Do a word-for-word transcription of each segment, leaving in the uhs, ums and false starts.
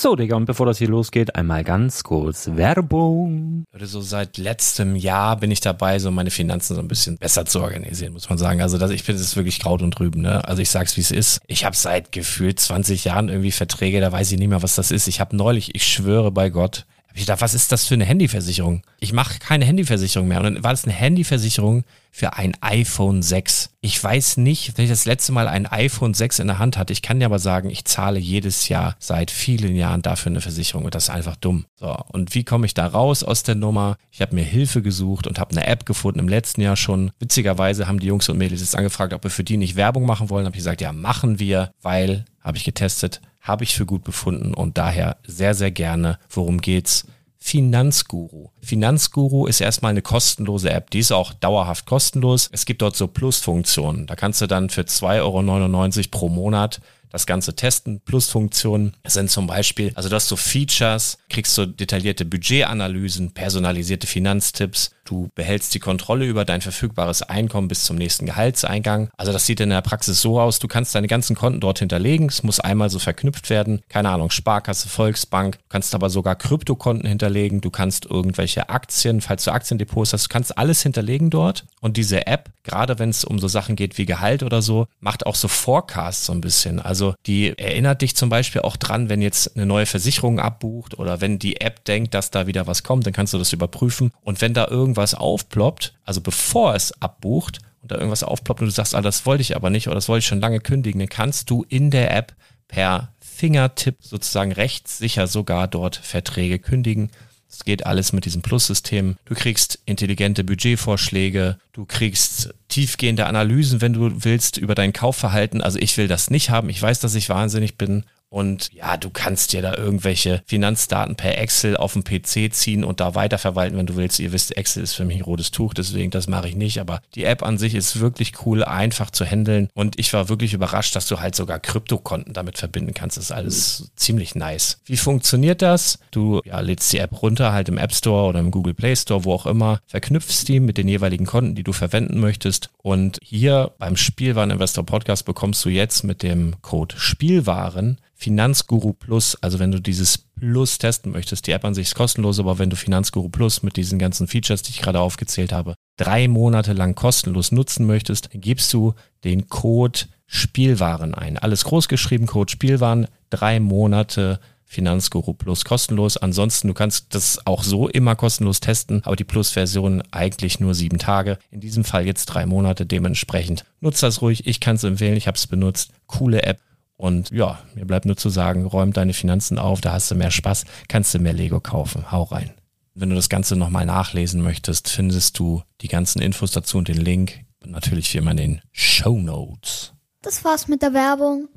So, Digga, und bevor das hier losgeht, einmal ganz kurz Werbung. So seit letztem Jahr bin ich dabei, so meine Finanzen so ein bisschen besser zu organisieren, muss man sagen. Also das, ich finde, das ist wirklich Kraut und Rüben, ne? Also ich sag's, wie es ist. Ich habe seit gefühlt zwanzig Jahren irgendwie Verträge, da weiß ich nicht mehr, was das ist. Ich habe neulich, ich schwöre bei Gott, hab ich gedacht, was ist das für eine Handyversicherung? Ich mache keine Handyversicherung mehr. Und dann war das eine Handyversicherung für ein iPhone sechs. Ich weiß nicht, wenn ich das letzte Mal ein iPhone sechs in der Hand hatte. Ich kann dir aber sagen, ich zahle jedes Jahr seit vielen Jahren dafür eine Versicherung und das ist einfach dumm. So, und wie komme ich da raus aus der Nummer? Ich habe mir Hilfe gesucht und habe eine App gefunden im letzten Jahr schon. Witzigerweise haben die Jungs und Mädels jetzt angefragt, ob wir für die nicht Werbung machen wollen. Habe ich gesagt, ja, machen wir, weil, habe ich getestet, habe ich für gut befunden und daher sehr, sehr gerne. Worum geht's? Finanzguru. Finanzguru ist erstmal eine kostenlose App. Die ist auch dauerhaft kostenlos. Es gibt dort so Plusfunktionen. Da kannst du dann für zwei Euro neunundneunzig pro Monat das Ganze testen. Plusfunktionen sind zum Beispiel, also du hast so Features, kriegst so detaillierte Budgetanalysen, personalisierte Finanztipps. Du behältst die Kontrolle über dein verfügbares Einkommen bis zum nächsten Gehaltseingang. Also das sieht in der Praxis so aus, du kannst deine ganzen Konten dort hinterlegen. Es muss einmal so verknüpft werden. Keine Ahnung, Sparkasse, Volksbank. Du kannst aber sogar Kryptokonten hinterlegen. Du kannst irgendwelche Aktien, falls du Aktiendepots hast, du kannst alles hinterlegen dort. Und diese App, gerade wenn es um so Sachen geht wie Gehalt oder so, macht auch so Forecasts so ein bisschen. Also die erinnert dich zum Beispiel auch dran, wenn jetzt eine neue Versicherung abbucht oder wenn die App denkt, dass da wieder was kommt, dann kannst du das überprüfen. Und wenn da irgendwas was aufploppt, also bevor es abbucht und da irgendwas aufploppt und du sagst, ah, das wollte ich aber nicht oder das wollte ich schon lange kündigen, dann kannst du in der App per Fingertipp sozusagen rechtssicher sogar dort Verträge kündigen. Das geht alles mit diesem Plus-System. Du kriegst intelligente Budgetvorschläge, du kriegst tiefgehende Analysen, wenn du willst, über dein Kaufverhalten. Also ich will das nicht haben. Ich weiß, dass ich wahnsinnig bin. Und ja, du kannst dir da irgendwelche Finanzdaten per Excel auf dem P C ziehen und da weiterverwalten, wenn du willst. Ihr wisst, Excel ist für mich ein rotes Tuch, deswegen das mache ich nicht. Aber die App an sich ist wirklich cool, einfach zu handeln. Und ich war wirklich überrascht, dass du halt sogar Kryptokonten damit verbinden kannst. Das ist alles ziemlich nice. Wie funktioniert das? Du ja, lädst die App runter, halt im App Store oder im Google Play Store, wo auch immer, verknüpfst die mit den jeweiligen Konten, die du verwenden möchtest. Und hier beim Spielwareninvestor Podcast bekommst du jetzt mit dem Code Spielwaren Finanzguru Plus, also wenn du dieses Plus testen möchtest, die App an sich ist kostenlos, aber wenn du Finanzguru Plus mit diesen ganzen Features, die ich gerade aufgezählt habe, drei Monate lang kostenlos nutzen möchtest, dann gibst du den Code Spielwaren ein. Alles groß geschrieben, Code Spielwaren, drei Monate Finanzguru Plus kostenlos. Ansonsten, du kannst das auch so immer kostenlos testen, aber die Plus-Version eigentlich nur sieben Tage. In diesem Fall jetzt drei Monate, dementsprechend nutzt das ruhig. Ich kann es empfehlen, ich habe es benutzt. Coole App. Und ja, mir bleibt nur zu sagen, räum deine Finanzen auf, da hast du mehr Spaß, kannst du mehr Lego kaufen. Hau rein. Wenn du das Ganze nochmal nachlesen möchtest, findest du die ganzen Infos dazu und den Link. Und natürlich wie immer in den Shownotes. Das war's mit der Werbung.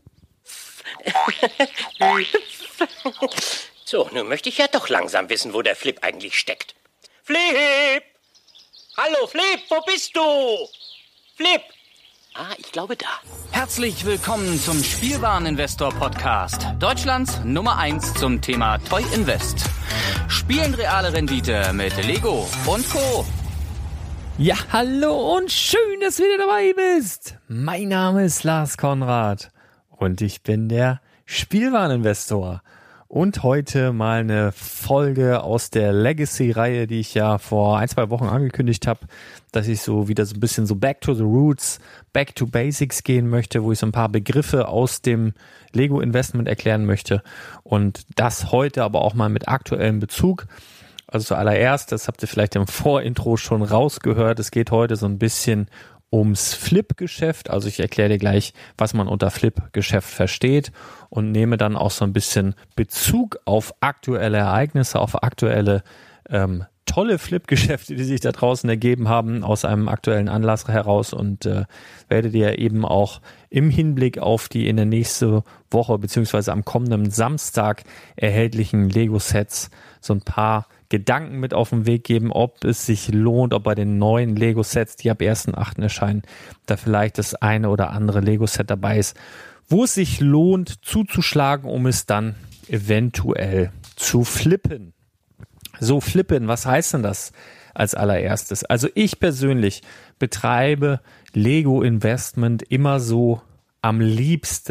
So, nun möchte ich ja doch langsam wissen, wo der Flip eigentlich steckt. Flip! Hallo, Flip, wo bist du? Flip! Ah, ich glaube da. Herzlich willkommen zum Spielwareninvestor Podcast. Deutschlands Nummer eins zum Thema Toy Invest. Spielen reale Rendite mit Lego und Co. Ja, hallo und schön, dass du wieder dabei bist. Mein Name ist Lars Konrad und ich bin der Spielwareninvestor. Und heute mal eine Folge aus der Legacy-Reihe, die ich ja vor ein, zwei Wochen angekündigt habe, dass ich so wieder so ein bisschen so back to the roots, back to basics gehen möchte, wo ich so ein paar Begriffe aus dem Lego-Investment erklären möchte. Und das heute aber auch mal mit aktuellem Bezug. Also zuallererst, das habt ihr vielleicht im Vorintro schon rausgehört, es geht heute so ein bisschen ums Flip-Geschäft. Also ich erkläre dir gleich, was man unter Flip-Geschäft versteht und nehme dann auch so ein bisschen Bezug auf aktuelle Ereignisse, auf aktuelle ähm, tolle Flip-Geschäfte, die sich da draußen ergeben haben, aus einem aktuellen Anlass heraus und äh, werde dir eben auch im Hinblick auf die in der nächsten Woche beziehungsweise am kommenden Samstag erhältlichen Lego-Sets so ein paar Gedanken mit auf den Weg geben, ob es sich lohnt, ob bei den neuen Lego-Sets, die ab ersten achten erscheinen, da vielleicht das eine oder andere Lego-Set dabei ist, wo es sich lohnt zuzuschlagen, um es dann eventuell zu flippen. So, flippen, was heißt denn das als allererstes? Also ich persönlich betreibe Lego-Investment immer so am liebsten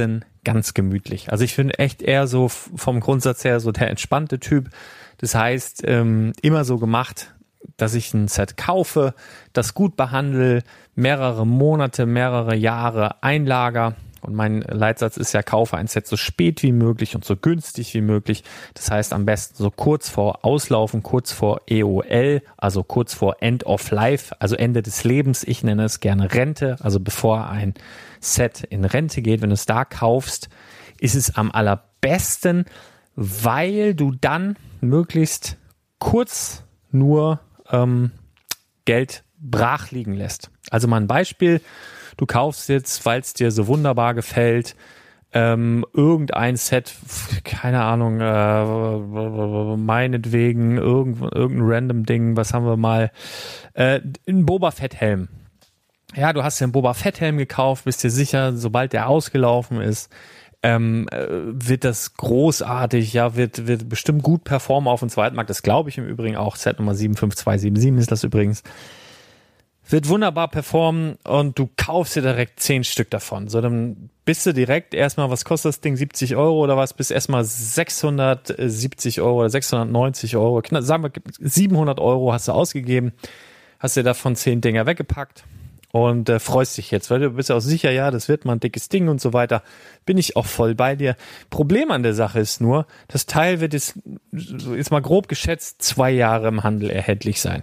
ganz gemütlich. Also ich finde echt eher so vom Grundsatz her so der entspannte Typ. Das heißt, ähm, immer so gemacht, dass ich ein Set kaufe, das gut behandle, mehrere Monate, mehrere Jahre einlager. Und mein Leitsatz ist ja, kaufe ein Set so spät wie möglich und so günstig wie möglich. Das heißt am besten so kurz vor Auslaufen, kurz vor E O L, also kurz vor End of Life, also Ende des Lebens. Ich nenne es gerne Rente, also bevor ein Set in Rente geht. Wenn du es da kaufst, ist es am allerbesten, weil du dann möglichst kurz nur ähm, Geld brach liegen lässt. Also mal ein Beispiel, du kaufst jetzt, weil es dir so wunderbar gefällt, ähm, irgendein Set, keine Ahnung, äh, meinetwegen irgend, irgendein random Ding, was haben wir mal, äh, ein Boba Fett Helm. Ja, du hast dir einen Boba Fett Helm gekauft, bist dir sicher, sobald der ausgelaufen ist, Ähm, äh, wird das großartig, ja, wird, wird bestimmt gut performen auf dem Zweitmarkt. Das glaube ich im Übrigen auch. Set Nummer sieben fünf zwei sieben sieben ist das übrigens. Wird wunderbar performen und du kaufst dir direkt zehn Stück davon. So, dann bist du direkt erstmal, was kostet das Ding? siebzig Euro oder was? Bis erstmal sechshundertsiebzig Euro oder sechshundertneunzig Euro. Sagen wir, siebenhundert Euro hast du ausgegeben. Hast dir davon zehn Dinger weggepackt. Und äh, freust dich jetzt, weil du bist ja auch sicher, ja, das wird mal ein dickes Ding und so weiter. Bin ich auch voll bei dir. Problem an der Sache ist nur, das Teil wird jetzt, jetzt mal grob geschätzt, zwei Jahre im Handel erhältlich sein.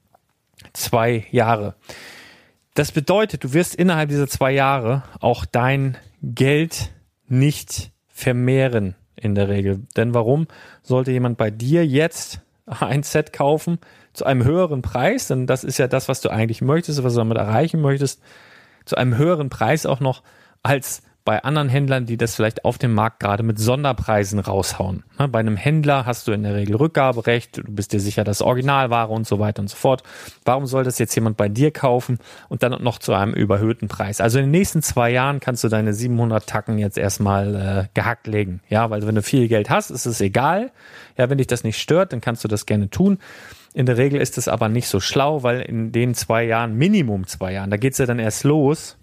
Zwei Jahre. Das bedeutet, du wirst innerhalb dieser zwei Jahre auch dein Geld nicht vermehren in der Regel. Denn warum sollte jemand bei dir jetzt ein Set kaufen zu einem höheren Preis, denn das ist ja das, was du eigentlich möchtest, was du damit erreichen möchtest, zu einem höheren Preis auch noch als bei anderen Händlern, die das vielleicht auf dem Markt gerade mit Sonderpreisen raushauen. Bei einem Händler hast du in der Regel Rückgaberecht, du bist dir sicher, dass Originalware und so weiter und so fort. Warum soll das jetzt jemand bei dir kaufen und dann noch zu einem überhöhten Preis? Also in den nächsten zwei Jahren kannst du deine siebenhundert Tacken jetzt erstmal äh, gehackt legen. Ja, weil wenn du viel Geld hast, ist es egal. Ja, wenn dich das nicht stört, dann kannst du das gerne tun. In der Regel ist es aber nicht so schlau, weil in den zwei Jahren, Minimum zwei Jahren, da geht's ja dann erst los,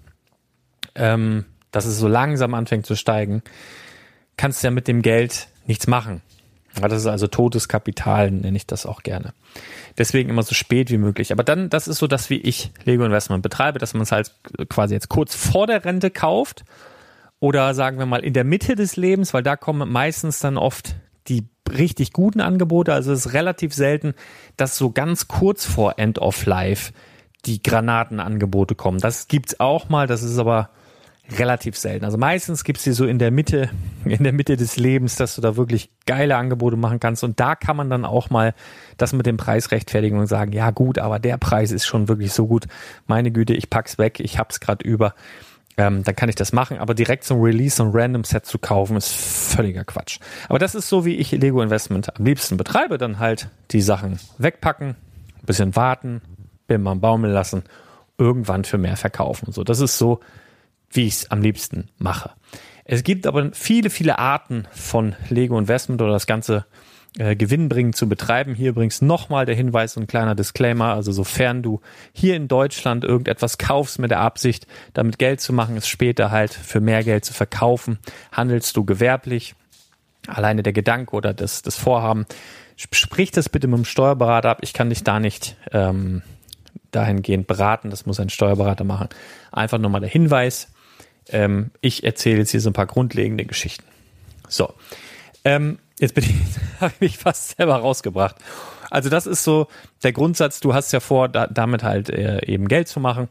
ähm, dass es so langsam anfängt zu steigen, kannst du ja mit dem Geld nichts machen. Das ist also totes Kapital, nenne ich das auch gerne. Deswegen immer so spät wie möglich. Aber dann, das ist so das, wie ich Lego Investment betreibe, dass man es halt quasi jetzt kurz vor der Rente kauft oder sagen wir mal in der Mitte des Lebens, weil da kommen meistens dann oft die richtig guten Angebote. Also es ist relativ selten, dass so ganz kurz vor End of Life die Granatenangebote kommen. Das gibt's auch mal, das ist aber relativ selten. Also meistens gibt's die so in der Mitte, in der Mitte des Lebens, dass du da wirklich geile Angebote machen kannst. Und da kann man dann auch mal das mit dem Preis rechtfertigen und sagen, ja gut, aber der Preis ist schon wirklich so gut. Meine Güte, ich pack's weg, ich hab's gerade über. Ähm, dann kann ich das machen, aber direkt zum Release so ein Random Set zu kaufen, ist völliger Quatsch. Aber das ist so, wie ich Lego Investment am liebsten betreibe, dann halt die Sachen wegpacken, ein bisschen warten, bim am Baumel lassen, irgendwann für mehr verkaufen. So, das ist so, wie ich es am liebsten mache. Es gibt aber viele, viele Arten von Lego Investment oder das Ganze äh, gewinnbringend zu betreiben. Hier übrigens nochmal der Hinweis und ein kleiner Disclaimer. Also sofern du hier in Deutschland irgendetwas kaufst mit der Absicht, damit Geld zu machen, es später halt für mehr Geld zu verkaufen, handelst du gewerblich. Alleine der Gedanke oder das, das Vorhaben, sprich das bitte mit dem Steuerberater ab. Ich kann dich da nicht ähm, dahingehend beraten. Das muss ein Steuerberater machen. Einfach nochmal der Hinweis. Ähm, ich erzähle jetzt hier so ein paar grundlegende Geschichten. So, ähm, jetzt bin ich, habe ich mich fast selber rausgebracht. Also das ist so der Grundsatz. Du hast ja vor, da, damit halt äh, eben Geld zu machen.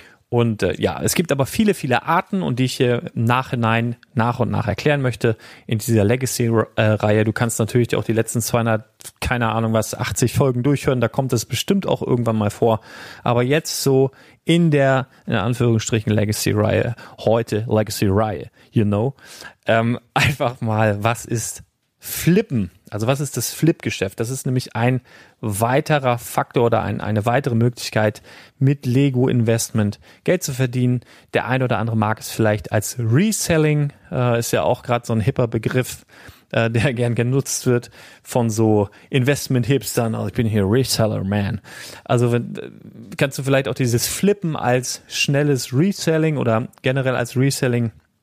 Und äh, ja, es gibt aber viele, viele Arten und die ich hier im Nachhinein nach und nach erklären möchte in dieser Legacy-Reihe. Du kannst natürlich auch die letzten zweihundert, keine Ahnung was, achtzig Folgen durchhören. Da kommt es bestimmt auch irgendwann mal vor. Aber jetzt so in der, in Anführungsstrichen, Legacy-Reihe, heute Legacy-Reihe, you know, ähm, einfach mal, was ist Flippen? Also was ist das Flip-Geschäft? Das ist nämlich ein weiterer Faktor oder ein, eine weitere Möglichkeit, mit Lego Investment Geld zu verdienen. Der ein oder andere mag es vielleicht als Reselling, äh, ist ja auch gerade so ein hipper Begriff, äh, der gern genutzt wird von so Investment-Hipstern. Also ich bin hier Reseller, man. Also wenn, kannst du vielleicht auch dieses Flippen als schnelles Reselling oder generell als Reselling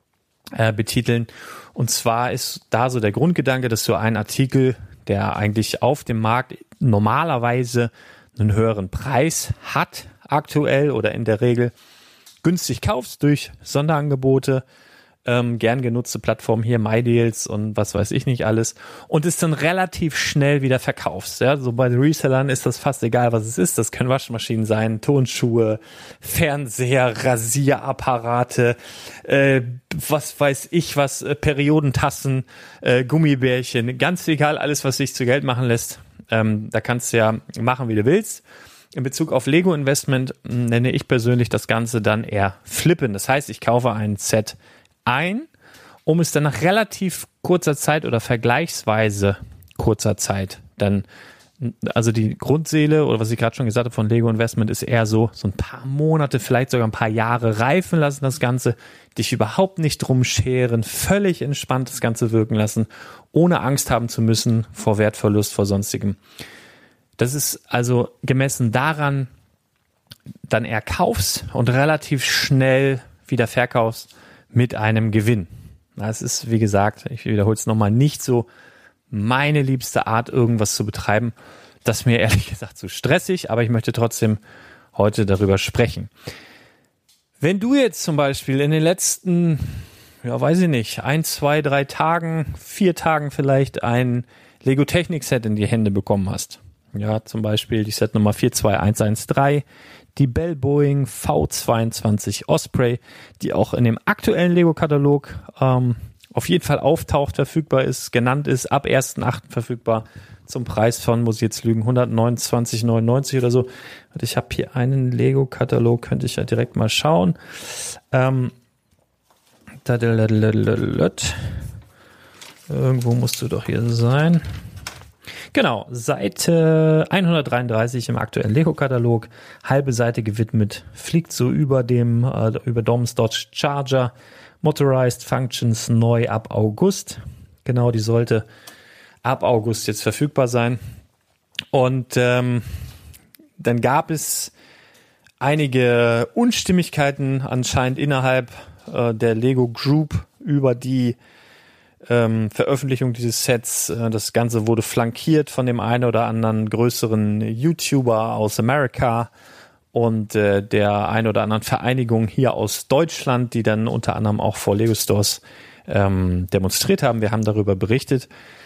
äh, betiteln. Und zwar ist da so der Grundgedanke, dass du einen Artikel, der eigentlich auf dem Markt normalerweise einen höheren Preis hat, aktuell oder in der Regel, günstig kaufst durch Sonderangebote, ähm, gern genutzte Plattformen hier, MyDeals und was weiß ich nicht alles, und es dann relativ schnell wieder verkaufst. Ja? So bei den Resellern ist das fast egal, was es ist. Das können Waschmaschinen sein, Turnschuhe, Fernseher, Rasierapparate, äh, was weiß ich was, äh, Periodentassen, äh, Gummibärchen, ganz egal, alles, was sich zu Geld machen lässt. Ähm, da kannst du ja machen, wie du willst. In Bezug auf Lego-Investment nenne ich persönlich das Ganze dann eher flippen. Das heißt, ich kaufe ein Set ein, um es dann nach relativ kurzer Zeit oder vergleichsweise kurzer Zeit dann, also die Grundseele oder was ich gerade schon gesagt habe von Lego Investment ist eher so, so ein paar Monate, vielleicht sogar ein paar Jahre reifen lassen das Ganze, dich überhaupt nicht drum scheren, völlig entspannt das Ganze wirken lassen, ohne Angst haben zu müssen vor Wertverlust, vor sonstigem. Das ist also gemessen daran, dann eher kaufst und relativ schnell wieder verkaufst mit einem Gewinn. Das ist, wie gesagt, ich wiederhole es nochmal, nicht so meine liebste Art, irgendwas zu betreiben. Das ist mir ehrlich gesagt zu stressig, aber ich möchte trotzdem heute darüber sprechen. Wenn du jetzt zum Beispiel in den letzten, ja weiß ich nicht, ein, zwei, drei Tagen, vier Tagen vielleicht ein Lego Technik Set in die Hände bekommen hast, ja zum Beispiel die Set Nummer vier zwei eins eins drei, die Bell Boeing V zweiundzwanzig Osprey, die auch in dem aktuellen Lego-Katalog ähm, auf jeden Fall auftaucht, verfügbar ist, genannt ist, ab ersten achten verfügbar, zum Preis von, muss ich jetzt lügen, hundertneunundzwanzig neunundneunzig oder so. Und ich habe hier einen Lego-Katalog, könnte ich ja direkt mal schauen. Ähm, irgendwo musst du doch hier sein. Genau, Seite hundertdreiunddreißig im aktuellen Lego-Katalog, halbe Seite gewidmet, fliegt so über dem, äh, über Dom's Dodge Charger, Motorized Functions neu ab August. Genau, die sollte ab August jetzt verfügbar sein. Und ähm, dann gab es einige Unstimmigkeiten anscheinend innerhalb äh, der Lego Group über die Ähm, Veröffentlichung dieses Sets. Das Ganze wurde flankiert von dem einen oder anderen größeren YouTuber aus Amerika und äh, der einen oder anderen Vereinigung hier aus Deutschland, die dann unter anderem auch vor Lego Stores ähm, demonstriert haben. Wir haben darüber berichtet.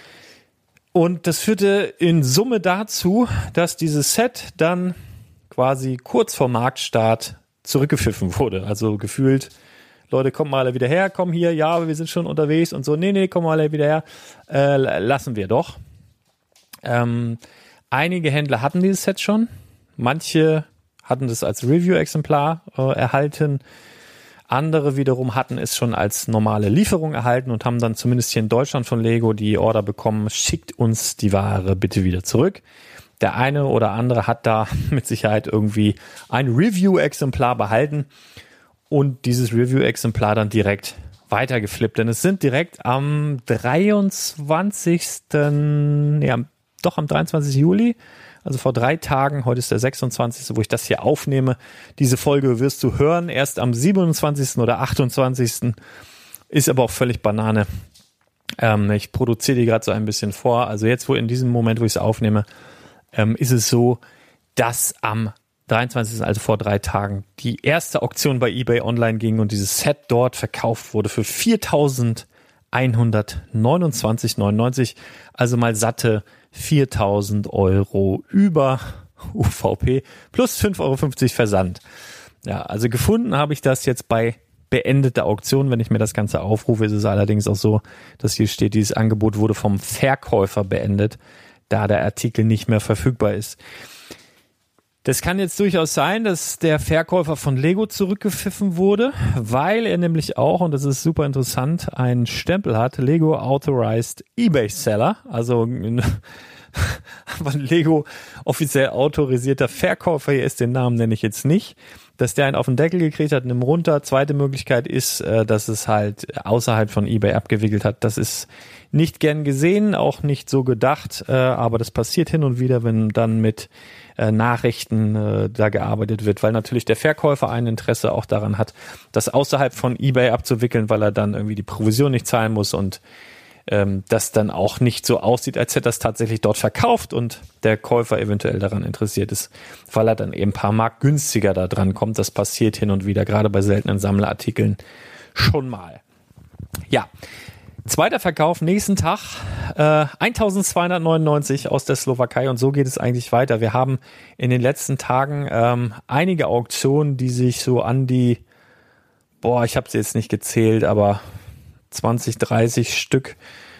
Und das führte in Summe dazu, dass dieses Set dann quasi kurz vor Marktstart zurückgepfiffen wurde. Also gefühlt, Leute, kommt mal alle wieder her, komm hier, ja, aber wir sind schon unterwegs und so, nee, nee, komm mal alle wieder her, äh, lassen wir doch. Ähm, einige Händler hatten dieses Set schon, manche hatten das als Review-Exemplar äh, erhalten, andere wiederum hatten es schon als normale Lieferung erhalten und haben dann zumindest hier in Deutschland von Lego die Order bekommen, schickt uns die Ware bitte wieder zurück. Der eine oder andere hat da mit Sicherheit irgendwie ein Review-Exemplar behalten und dieses Review-Exemplar dann direkt weitergeflippt. Denn es sind direkt am dreiundzwanzigsten Ja, doch am dreiundzwanzigsten Juli, also vor drei Tagen, heute ist der sechsundzwanzigste wo ich das hier aufnehme. Diese Folge wirst du hören, erst am siebenundzwanzigsten oder achtundzwanzigsten Ist aber auch völlig Banane. Ähm, ich produziere die gerade so ein bisschen vor. Also jetzt, wo in diesem Moment, wo ich es aufnehme, ähm, ist es so, dass am dreiundzwanzigsten also vor drei Tagen, die erste Auktion bei eBay online ging und dieses Set dort verkauft wurde für viertausendeinhundertneunundzwanzig neunundneunzig, also mal satte viertausend Euro über U V P plus fünf Euro fünfzig Versand. Ja, also gefunden habe ich das jetzt bei beendeter Auktion. Wenn ich mir das Ganze aufrufe, ist es allerdings auch so, dass hier steht, dieses Angebot wurde vom Verkäufer beendet, da der Artikel nicht mehr verfügbar ist. Das kann jetzt durchaus sein, dass der Verkäufer von Lego zurückgepfiffen wurde, weil er nämlich auch, und das ist super interessant, einen Stempel hat, Lego Authorized eBay Seller, also von Lego offiziell autorisierter Verkäufer, hier ist den Namen nenne ich jetzt nicht, dass der einen auf den Deckel gekriegt hat, nimm runter. Zweite Möglichkeit ist, äh, dass es halt außerhalb von eBay abgewickelt hat. Das ist nicht gern gesehen, auch nicht so gedacht, äh, aber das passiert hin und wieder, wenn dann mit äh, Nachrichten äh, da gearbeitet wird, weil natürlich der Verkäufer ein Interesse auch daran hat, das außerhalb von eBay abzuwickeln, weil er dann irgendwie die Provision nicht zahlen muss und ähm, das dann auch nicht so aussieht, als hätte er es tatsächlich dort verkauft und der Käufer eventuell daran interessiert ist, weil er dann eben ein paar Mark günstiger da dran kommt. Das passiert hin und wieder, gerade bei seltenen Sammlerartikeln schon mal. Ja, zweiter Verkauf, nächsten Tag, äh, eintausendzweihundertneunundneunzig aus der Slowakei und so geht es eigentlich weiter. Wir haben in den letzten Tagen ähm, einige Auktionen, die sich so an die, boah, ich habe sie jetzt nicht gezählt, aber zwanzig, dreißig Stück.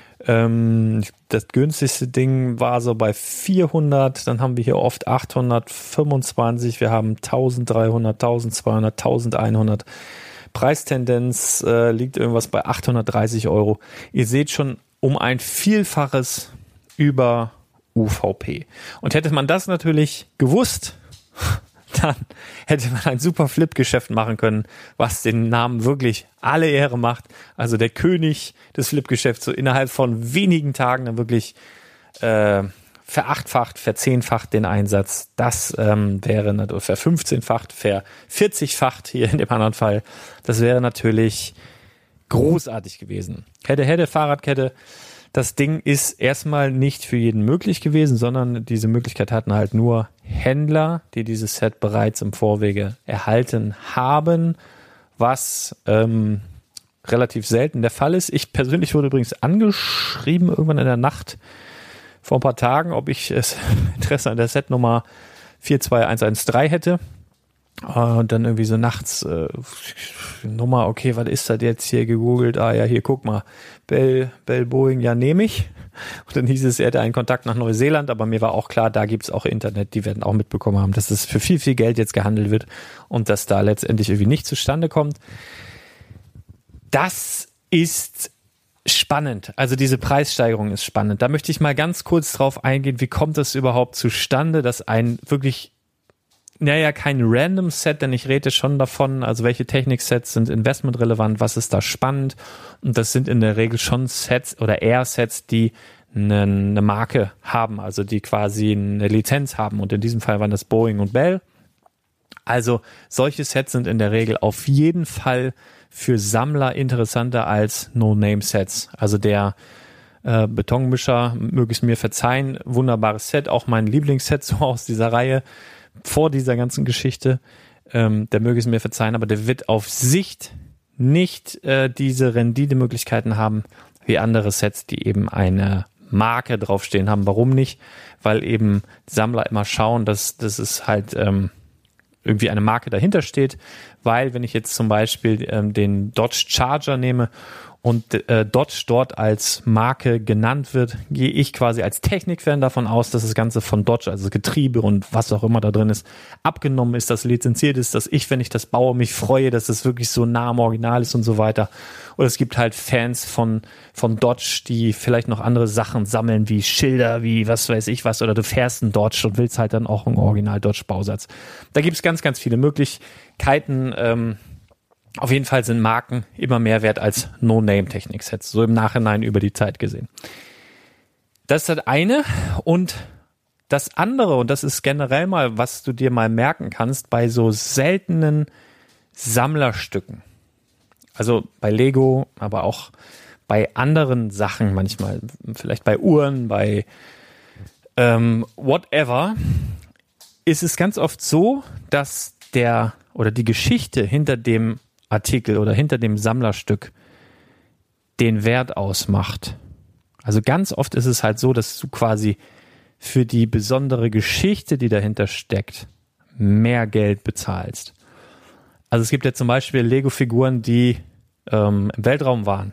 Ähm, das günstigste Ding war so bei vierhundert, dann haben wir hier oft achthundertfünfundzwanzig, wir haben eintausenddreihundert, eintausendzweihundert, eintausendeinhundert. Preistendenz äh, liegt irgendwas bei achthundertdreißig Euro. Ihr seht schon um ein Vielfaches über U V P. Und hätte man das natürlich gewusst, dann hätte man ein super Flip-Geschäft machen können, was den Namen wirklich alle Ehre macht. Also der König des Flip-Geschäfts, so innerhalb von wenigen Tagen dann wirklich äh, verachtfacht, verzehnfacht den Einsatz. Das ähm, wäre natürlich verfünfzehnfacht, vervierzigfacht hier in dem anderen Fall. Das wäre natürlich großartig gewesen. Hätte, hätte, Fahrradkette. Das Ding ist erstmal nicht für jeden möglich gewesen, sondern diese Möglichkeit hatten halt nur Händler, die dieses Set bereits im Vorwege erhalten haben, was ähm, relativ selten der Fall ist. Ich persönlich wurde übrigens angeschrieben irgendwann in der Nacht vor ein paar Tagen, ob ich es Interesse an der Setnummer vier zwei eins eins drei hätte. Und dann irgendwie so nachts äh, Nummer, okay, was ist das jetzt hier gegoogelt? Ah ja, hier, guck mal, Bell, Bell Boeing, ja, nehme ich. Und dann hieß es, er hätte einen Kontakt nach Neuseeland, aber mir war auch klar, da gibt's auch Internet, die werden auch mitbekommen haben, dass es für viel, viel Geld jetzt gehandelt wird und dass da letztendlich irgendwie nicht zustande kommt. Das ist spannend. Also diese Preissteigerung ist spannend. Da möchte ich mal ganz kurz drauf eingehen, wie kommt es überhaupt zustande, dass ein wirklich Naja, kein Random Set, denn ich rede schon davon, also welche Technik-Sets sind investmentrelevant, was ist da spannend, und das sind in der Regel schon Sets oder eher Sets, die eine, eine Marke haben, also die quasi eine Lizenz haben, und in diesem Fall waren das Boeing und Bell. Also solche Sets sind in der Regel auf jeden Fall für Sammler interessanter als No-Name-Sets. Also der äh, Betonmischer, möge es mir verzeihen, wunderbares Set, auch mein Lieblingsset so aus dieser Reihe, vor dieser ganzen Geschichte, ähm, der möge es mir verzeihen, aber der wird auf Sicht nicht äh, diese Renditemöglichkeiten haben wie andere Sets, die eben eine Marke draufstehen haben. Warum nicht? Weil eben Sammler immer schauen, dass, dass es halt ähm, irgendwie eine Marke dahinter steht, weil wenn ich jetzt zum Beispiel ähm, den Dodge Charger nehme und äh, Dodge dort als Marke genannt wird, gehe ich quasi als Technikfan davon aus, dass das Ganze von Dodge, also Getriebe und was auch immer da drin ist, abgenommen ist, dass lizenziert ist, dass ich, wenn ich das baue, mich freue, dass es wirklich so nah am Original ist und so weiter. Oder es gibt halt Fans von von Dodge, die vielleicht noch andere Sachen sammeln, wie Schilder, wie was weiß ich was, oder du fährst einen Dodge und willst halt dann auch einen Original Dodge Bausatz. Da gibt es ganz, ganz viele Möglichkeiten. Ähm, Auf jeden Fall sind Marken immer mehr wert als No-Name-Technik-Sets, so im Nachhinein über die Zeit gesehen. Das ist das eine. Und das andere, und das ist generell mal, was du dir mal merken kannst, bei so seltenen Sammlerstücken, also bei Lego, aber auch bei anderen Sachen manchmal, vielleicht bei Uhren, bei ähm, whatever, ist es ganz oft so, dass der oder die Geschichte hinter dem Artikel oder hinter dem Sammlerstück den Wert ausmacht. Also ganz oft ist es halt so, dass du quasi für die besondere Geschichte, die dahinter steckt, mehr Geld bezahlst. Also es gibt ja zum Beispiel Lego-Figuren, die ähm, im Weltraum waren.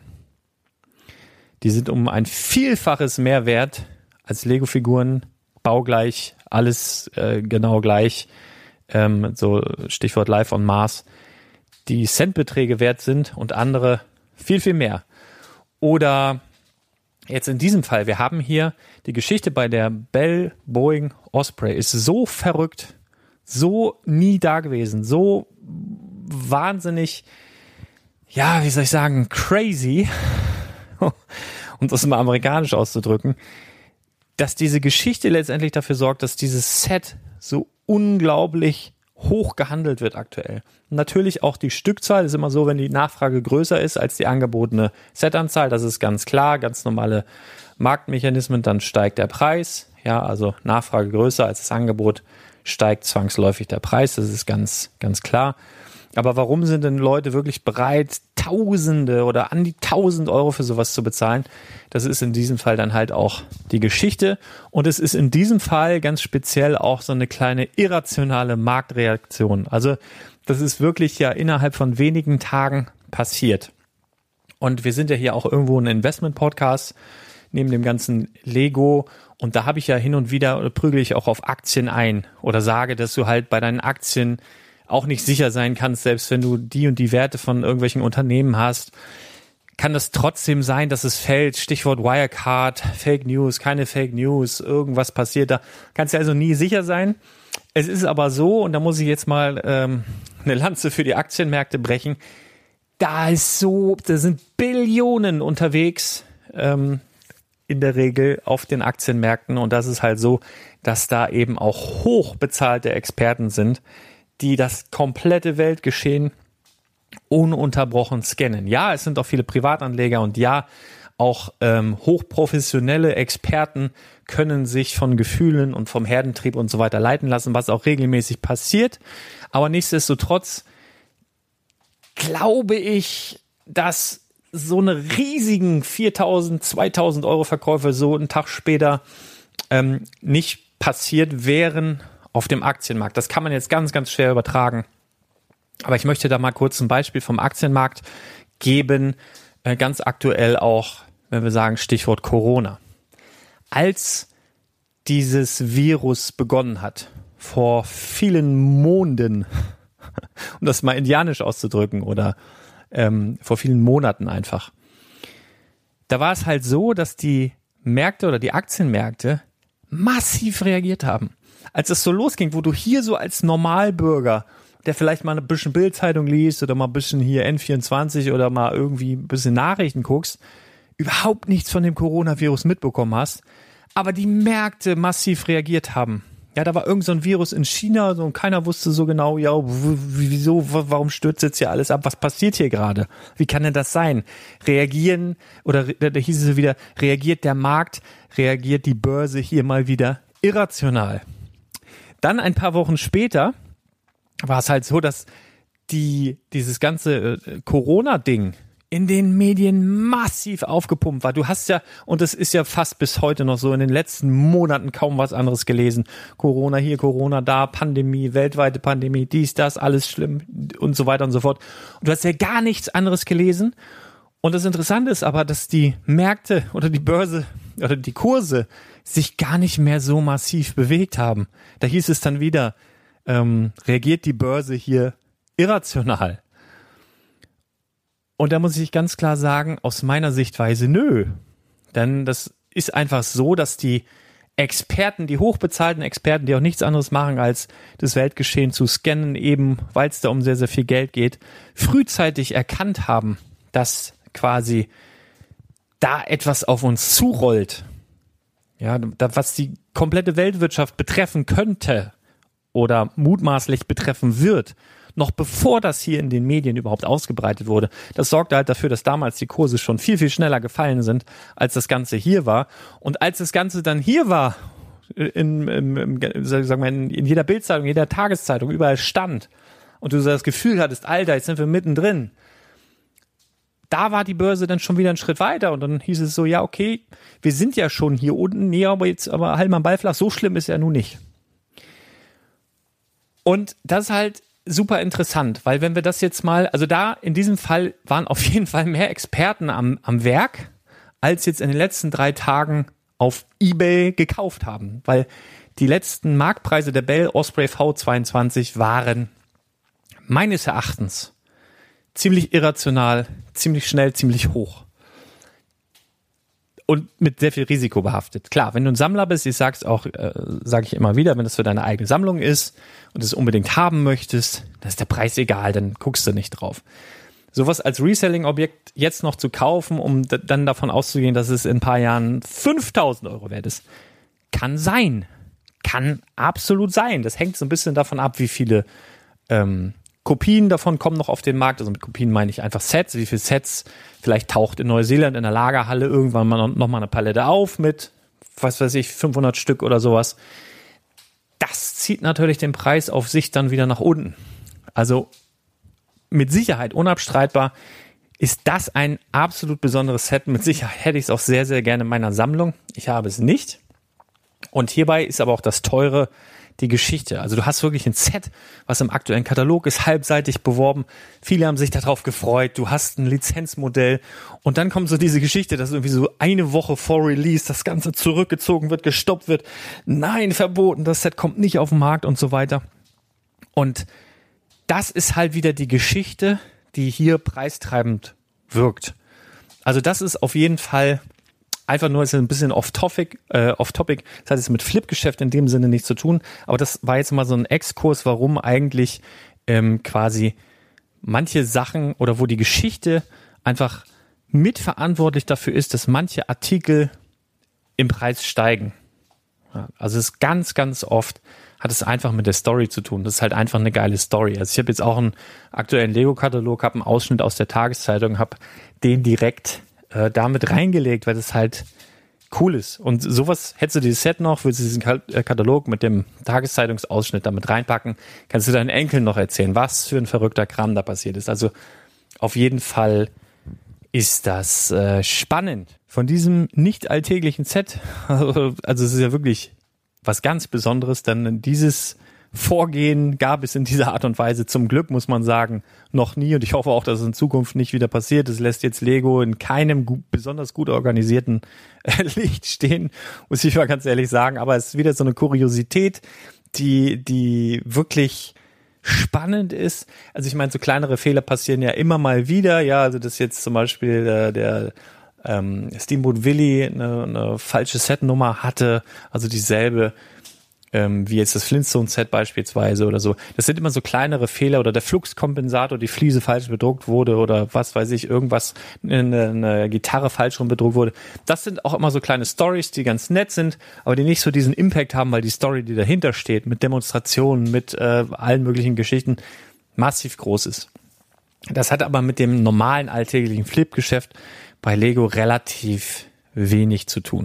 Die sind um ein Vielfaches mehr wert als Lego-Figuren, baugleich, alles äh, genau gleich, ähm, so Stichwort Live on Mars, die Centbeträge wert sind und andere viel, viel mehr. Oder jetzt in diesem Fall, wir haben hier die Geschichte bei der Bell Boeing Osprey ist so verrückt, so nie da gewesen, so wahnsinnig, ja, wie soll ich sagen, crazy, um das mal amerikanisch auszudrücken, dass diese Geschichte letztendlich dafür sorgt, dass dieses Set so unglaublich hoch gehandelt wird aktuell. Natürlich auch die Stückzahl ist immer so, wenn die Nachfrage größer ist als die angebotene Setanzahl, das ist ganz klar, ganz normale Marktmechanismen, dann steigt der Preis, ja, also Nachfrage größer als das Angebot, steigt zwangsläufig der Preis, das ist ganz, ganz klar. Aber warum sind denn Leute wirklich bereit, Tausende oder an die tausend Euro für sowas zu bezahlen? Das ist in diesem Fall dann halt auch die Geschichte. Und es ist in diesem Fall ganz speziell auch so eine kleine irrationale Marktreaktion. Also das ist wirklich ja innerhalb von wenigen Tagen passiert. Und wir sind ja hier auch irgendwo ein Investment-Podcast neben dem ganzen Lego. Und da habe ich ja hin und wieder, oder prügel ich auch auf Aktien ein oder sage, dass du halt bei deinen Aktien auch nicht sicher sein kannst, selbst wenn du die und die Werte von irgendwelchen Unternehmen hast, kann das trotzdem sein, dass es fällt. Stichwort Wirecard, Fake News, keine Fake News, irgendwas passiert da. Kannst du also nie sicher sein. Es ist aber so, und da muss ich jetzt mal ähm, eine Lanze für die Aktienmärkte brechen, da ist so, da sind Billionen unterwegs ähm, in der Regel auf den Aktienmärkten, und das ist halt so, dass da eben auch hochbezahlte Experten sind, die das komplette Weltgeschehen ununterbrochen scannen. Ja, es sind auch viele Privatanleger, und ja, auch ähm, hochprofessionelle Experten können sich von Gefühlen und vom Herdentrieb und so weiter leiten lassen, was auch regelmäßig passiert. Aber nichtsdestotrotz glaube ich, dass so eine riesigen viertausend, zweitausend Euro Verkäufe so einen Tag später ähm, nicht passiert wären auf dem Aktienmarkt. Das kann man jetzt ganz, ganz schwer übertragen. Aber ich möchte da mal kurz ein Beispiel vom Aktienmarkt geben, äh, ganz aktuell auch, wenn wir sagen Stichwort Corona. Als dieses Virus begonnen hat, vor vielen Monden, um das mal indianisch auszudrücken, oder ähm, vor vielen Monaten einfach, da war es halt so, dass die Märkte oder die Aktienmärkte massiv reagiert haben. Als es so losging, wo du hier so als Normalbürger, der vielleicht mal ein bisschen Bild-Zeitung liest oder mal ein bisschen hier N vierundzwanzig oder mal irgendwie ein bisschen Nachrichten guckst, überhaupt nichts von dem Coronavirus mitbekommen hast, aber die Märkte massiv reagiert haben. Ja, da war irgend so ein Virus in China, so, und keiner wusste so genau, ja, wieso, warum stürzt jetzt hier alles ab? Was passiert hier gerade? Wie kann denn das sein? Reagieren, oder da hieß es wieder, reagiert der Markt, reagiert die Börse hier mal wieder irrational. Dann ein paar Wochen später war es halt so, dass die dieses ganze äh, Corona-Ding in den Medien massiv aufgepumpt war. Du hast ja, und das ist ja fast bis heute noch so, in den letzten Monaten kaum was anderes gelesen. Corona hier, Corona da, Pandemie, weltweite Pandemie, dies, das, alles schlimm und so weiter und so fort. Und du hast ja gar nichts anderes gelesen. Und das Interessante ist aber, dass die Märkte oder die Börse oder die Kurse sich gar nicht mehr so massiv bewegt haben. Da hieß es dann wieder, ähm, reagiert die Börse hier irrational? Und da muss ich ganz klar sagen, aus meiner Sichtweise nö. Denn das ist einfach so, dass die Experten, die hochbezahlten Experten, die auch nichts anderes machen, als das Weltgeschehen zu scannen, eben weil es da um sehr, sehr viel Geld geht, frühzeitig erkannt haben, dass quasi da etwas auf uns zurollt. Ja, da, was die komplette Weltwirtschaft betreffen könnte oder mutmaßlich betreffen wird, noch bevor das hier in den Medien überhaupt ausgebreitet wurde. Das sorgte halt dafür, dass damals die Kurse schon viel, viel schneller gefallen sind, als das Ganze hier war. Und als das Ganze dann hier war, in, in, in, sagen wir, in, in jeder Bildzeitung, jeder Tageszeitung, überall stand, und du so das Gefühl hattest, Alter, jetzt sind wir mittendrin, da war die Börse dann schon wieder einen Schritt weiter, und dann hieß es so, ja, okay, wir sind ja schon hier unten, nee, aber jetzt, aber halt mal Ball flach, so schlimm ist ja nun nicht. Und das ist halt super interessant, weil wenn wir das jetzt mal, also da in diesem Fall waren auf jeden Fall mehr Experten am, am Werk, als jetzt in den letzten drei Tagen auf eBay gekauft haben, weil die letzten Marktpreise der Bell Osprey V zweiundzwanzig waren meines Erachtens ziemlich irrational, ziemlich schnell, ziemlich hoch. und mit sehr viel Risiko behaftet. Klar, wenn du ein Sammler bist, ich sag's auch, äh, sage ich immer wieder, wenn das für deine eigene Sammlung ist und es unbedingt haben möchtest, dann ist der Preis egal, dann guckst du nicht drauf. Sowas als Reselling-Objekt jetzt noch zu kaufen, um d- dann davon auszugehen, dass es in ein paar Jahren fünftausend Euro wert ist, kann sein. Kann absolut sein. Das hängt so ein bisschen davon ab, wie viele ähm, Kopien davon kommen noch auf den Markt. Also mit Kopien meine ich einfach Sets. Wie viele Sets? Vielleicht taucht in Neuseeland in der Lagerhalle irgendwann mal noch mal eine Palette auf mit, was weiß ich, fünfhundert Stück oder sowas. Das zieht natürlich den Preis auf sich dann wieder nach unten. Also mit Sicherheit, unabstreitbar, ist das ein absolut besonderes Set. Mit Sicherheit hätte ich es auch sehr, sehr gerne in meiner Sammlung. Ich habe es nicht. Und hierbei ist aber auch das Teure die Geschichte. Also du hast wirklich ein Set, was im aktuellen Katalog ist, halbseitig beworben. Viele haben sich darauf gefreut. Du hast ein Lizenzmodell und dann kommt so diese Geschichte, dass irgendwie so eine Woche vor Release das Ganze zurückgezogen wird, gestoppt wird. Nein, verboten, das Set kommt nicht auf den Markt und so weiter. Und das ist halt wieder die Geschichte, die hier preistreibend wirkt. Also das ist auf jeden Fall einfach nur ist ein bisschen off-topic, äh, off-topic. Das hat jetzt mit Flip-Geschäft in dem Sinne nichts zu tun. Aber das war jetzt mal so ein Exkurs, warum eigentlich ähm, quasi manche Sachen oder wo die Geschichte einfach mitverantwortlich dafür ist, dass manche Artikel im Preis steigen. Ja, also es ist ganz, ganz oft hat es einfach mit der Story zu tun. Das ist halt einfach eine geile Story. Also ich habe jetzt auch einen aktuellen Lego-Katalog, habe einen Ausschnitt aus der Tageszeitung, habe den direkt äh, damit reingelegt, weil das halt cool ist. Und sowas, hättest du dieses Set noch, würdest du diesen Katalog mit dem Tageszeitungsausschnitt damit reinpacken, kannst du deinen Enkeln noch erzählen, was für ein verrückter Kram da passiert ist. Also auf jeden Fall ist das äh, spannend. Von diesem nicht alltäglichen Set, also es ist ja wirklich was ganz Besonderes, denn dieses Vorgehen gab es in dieser Art und Weise zum Glück, muss man sagen, noch nie. Und ich hoffe auch, dass es in Zukunft nicht wieder passiert. Es lässt jetzt Lego in keinem gut, besonders gut organisierten äh, Licht stehen, muss ich mal ganz ehrlich sagen. Aber es ist wieder so eine Kuriosität, die, die wirklich spannend ist. Also ich meine, so kleinere Fehler passieren ja immer mal wieder. Ja, also das jetzt zum Beispiel äh, der ähm, Steamboat Willie eine, eine falsche Setnummer hatte, also dieselbe ähm, wie jetzt das Flintstone-Set beispielsweise oder so. Das sind immer so kleinere Fehler oder der Fluxkompensator, die Fliese falsch bedruckt wurde oder was weiß ich, irgendwas, eine, eine Gitarre falsch rum bedruckt wurde. Das sind auch immer so kleine Stories, die ganz nett sind, aber die nicht so diesen Impact haben, weil die Story, die dahinter steht, mit Demonstrationen, mit äh, allen möglichen Geschichten, massiv groß ist. Das hat aber mit dem normalen alltäglichen Flip-Geschäft bei Lego relativ wenig zu tun.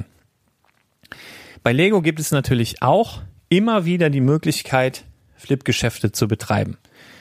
Bei Lego gibt es natürlich auch immer wieder die Möglichkeit, Flip-Geschäfte zu betreiben.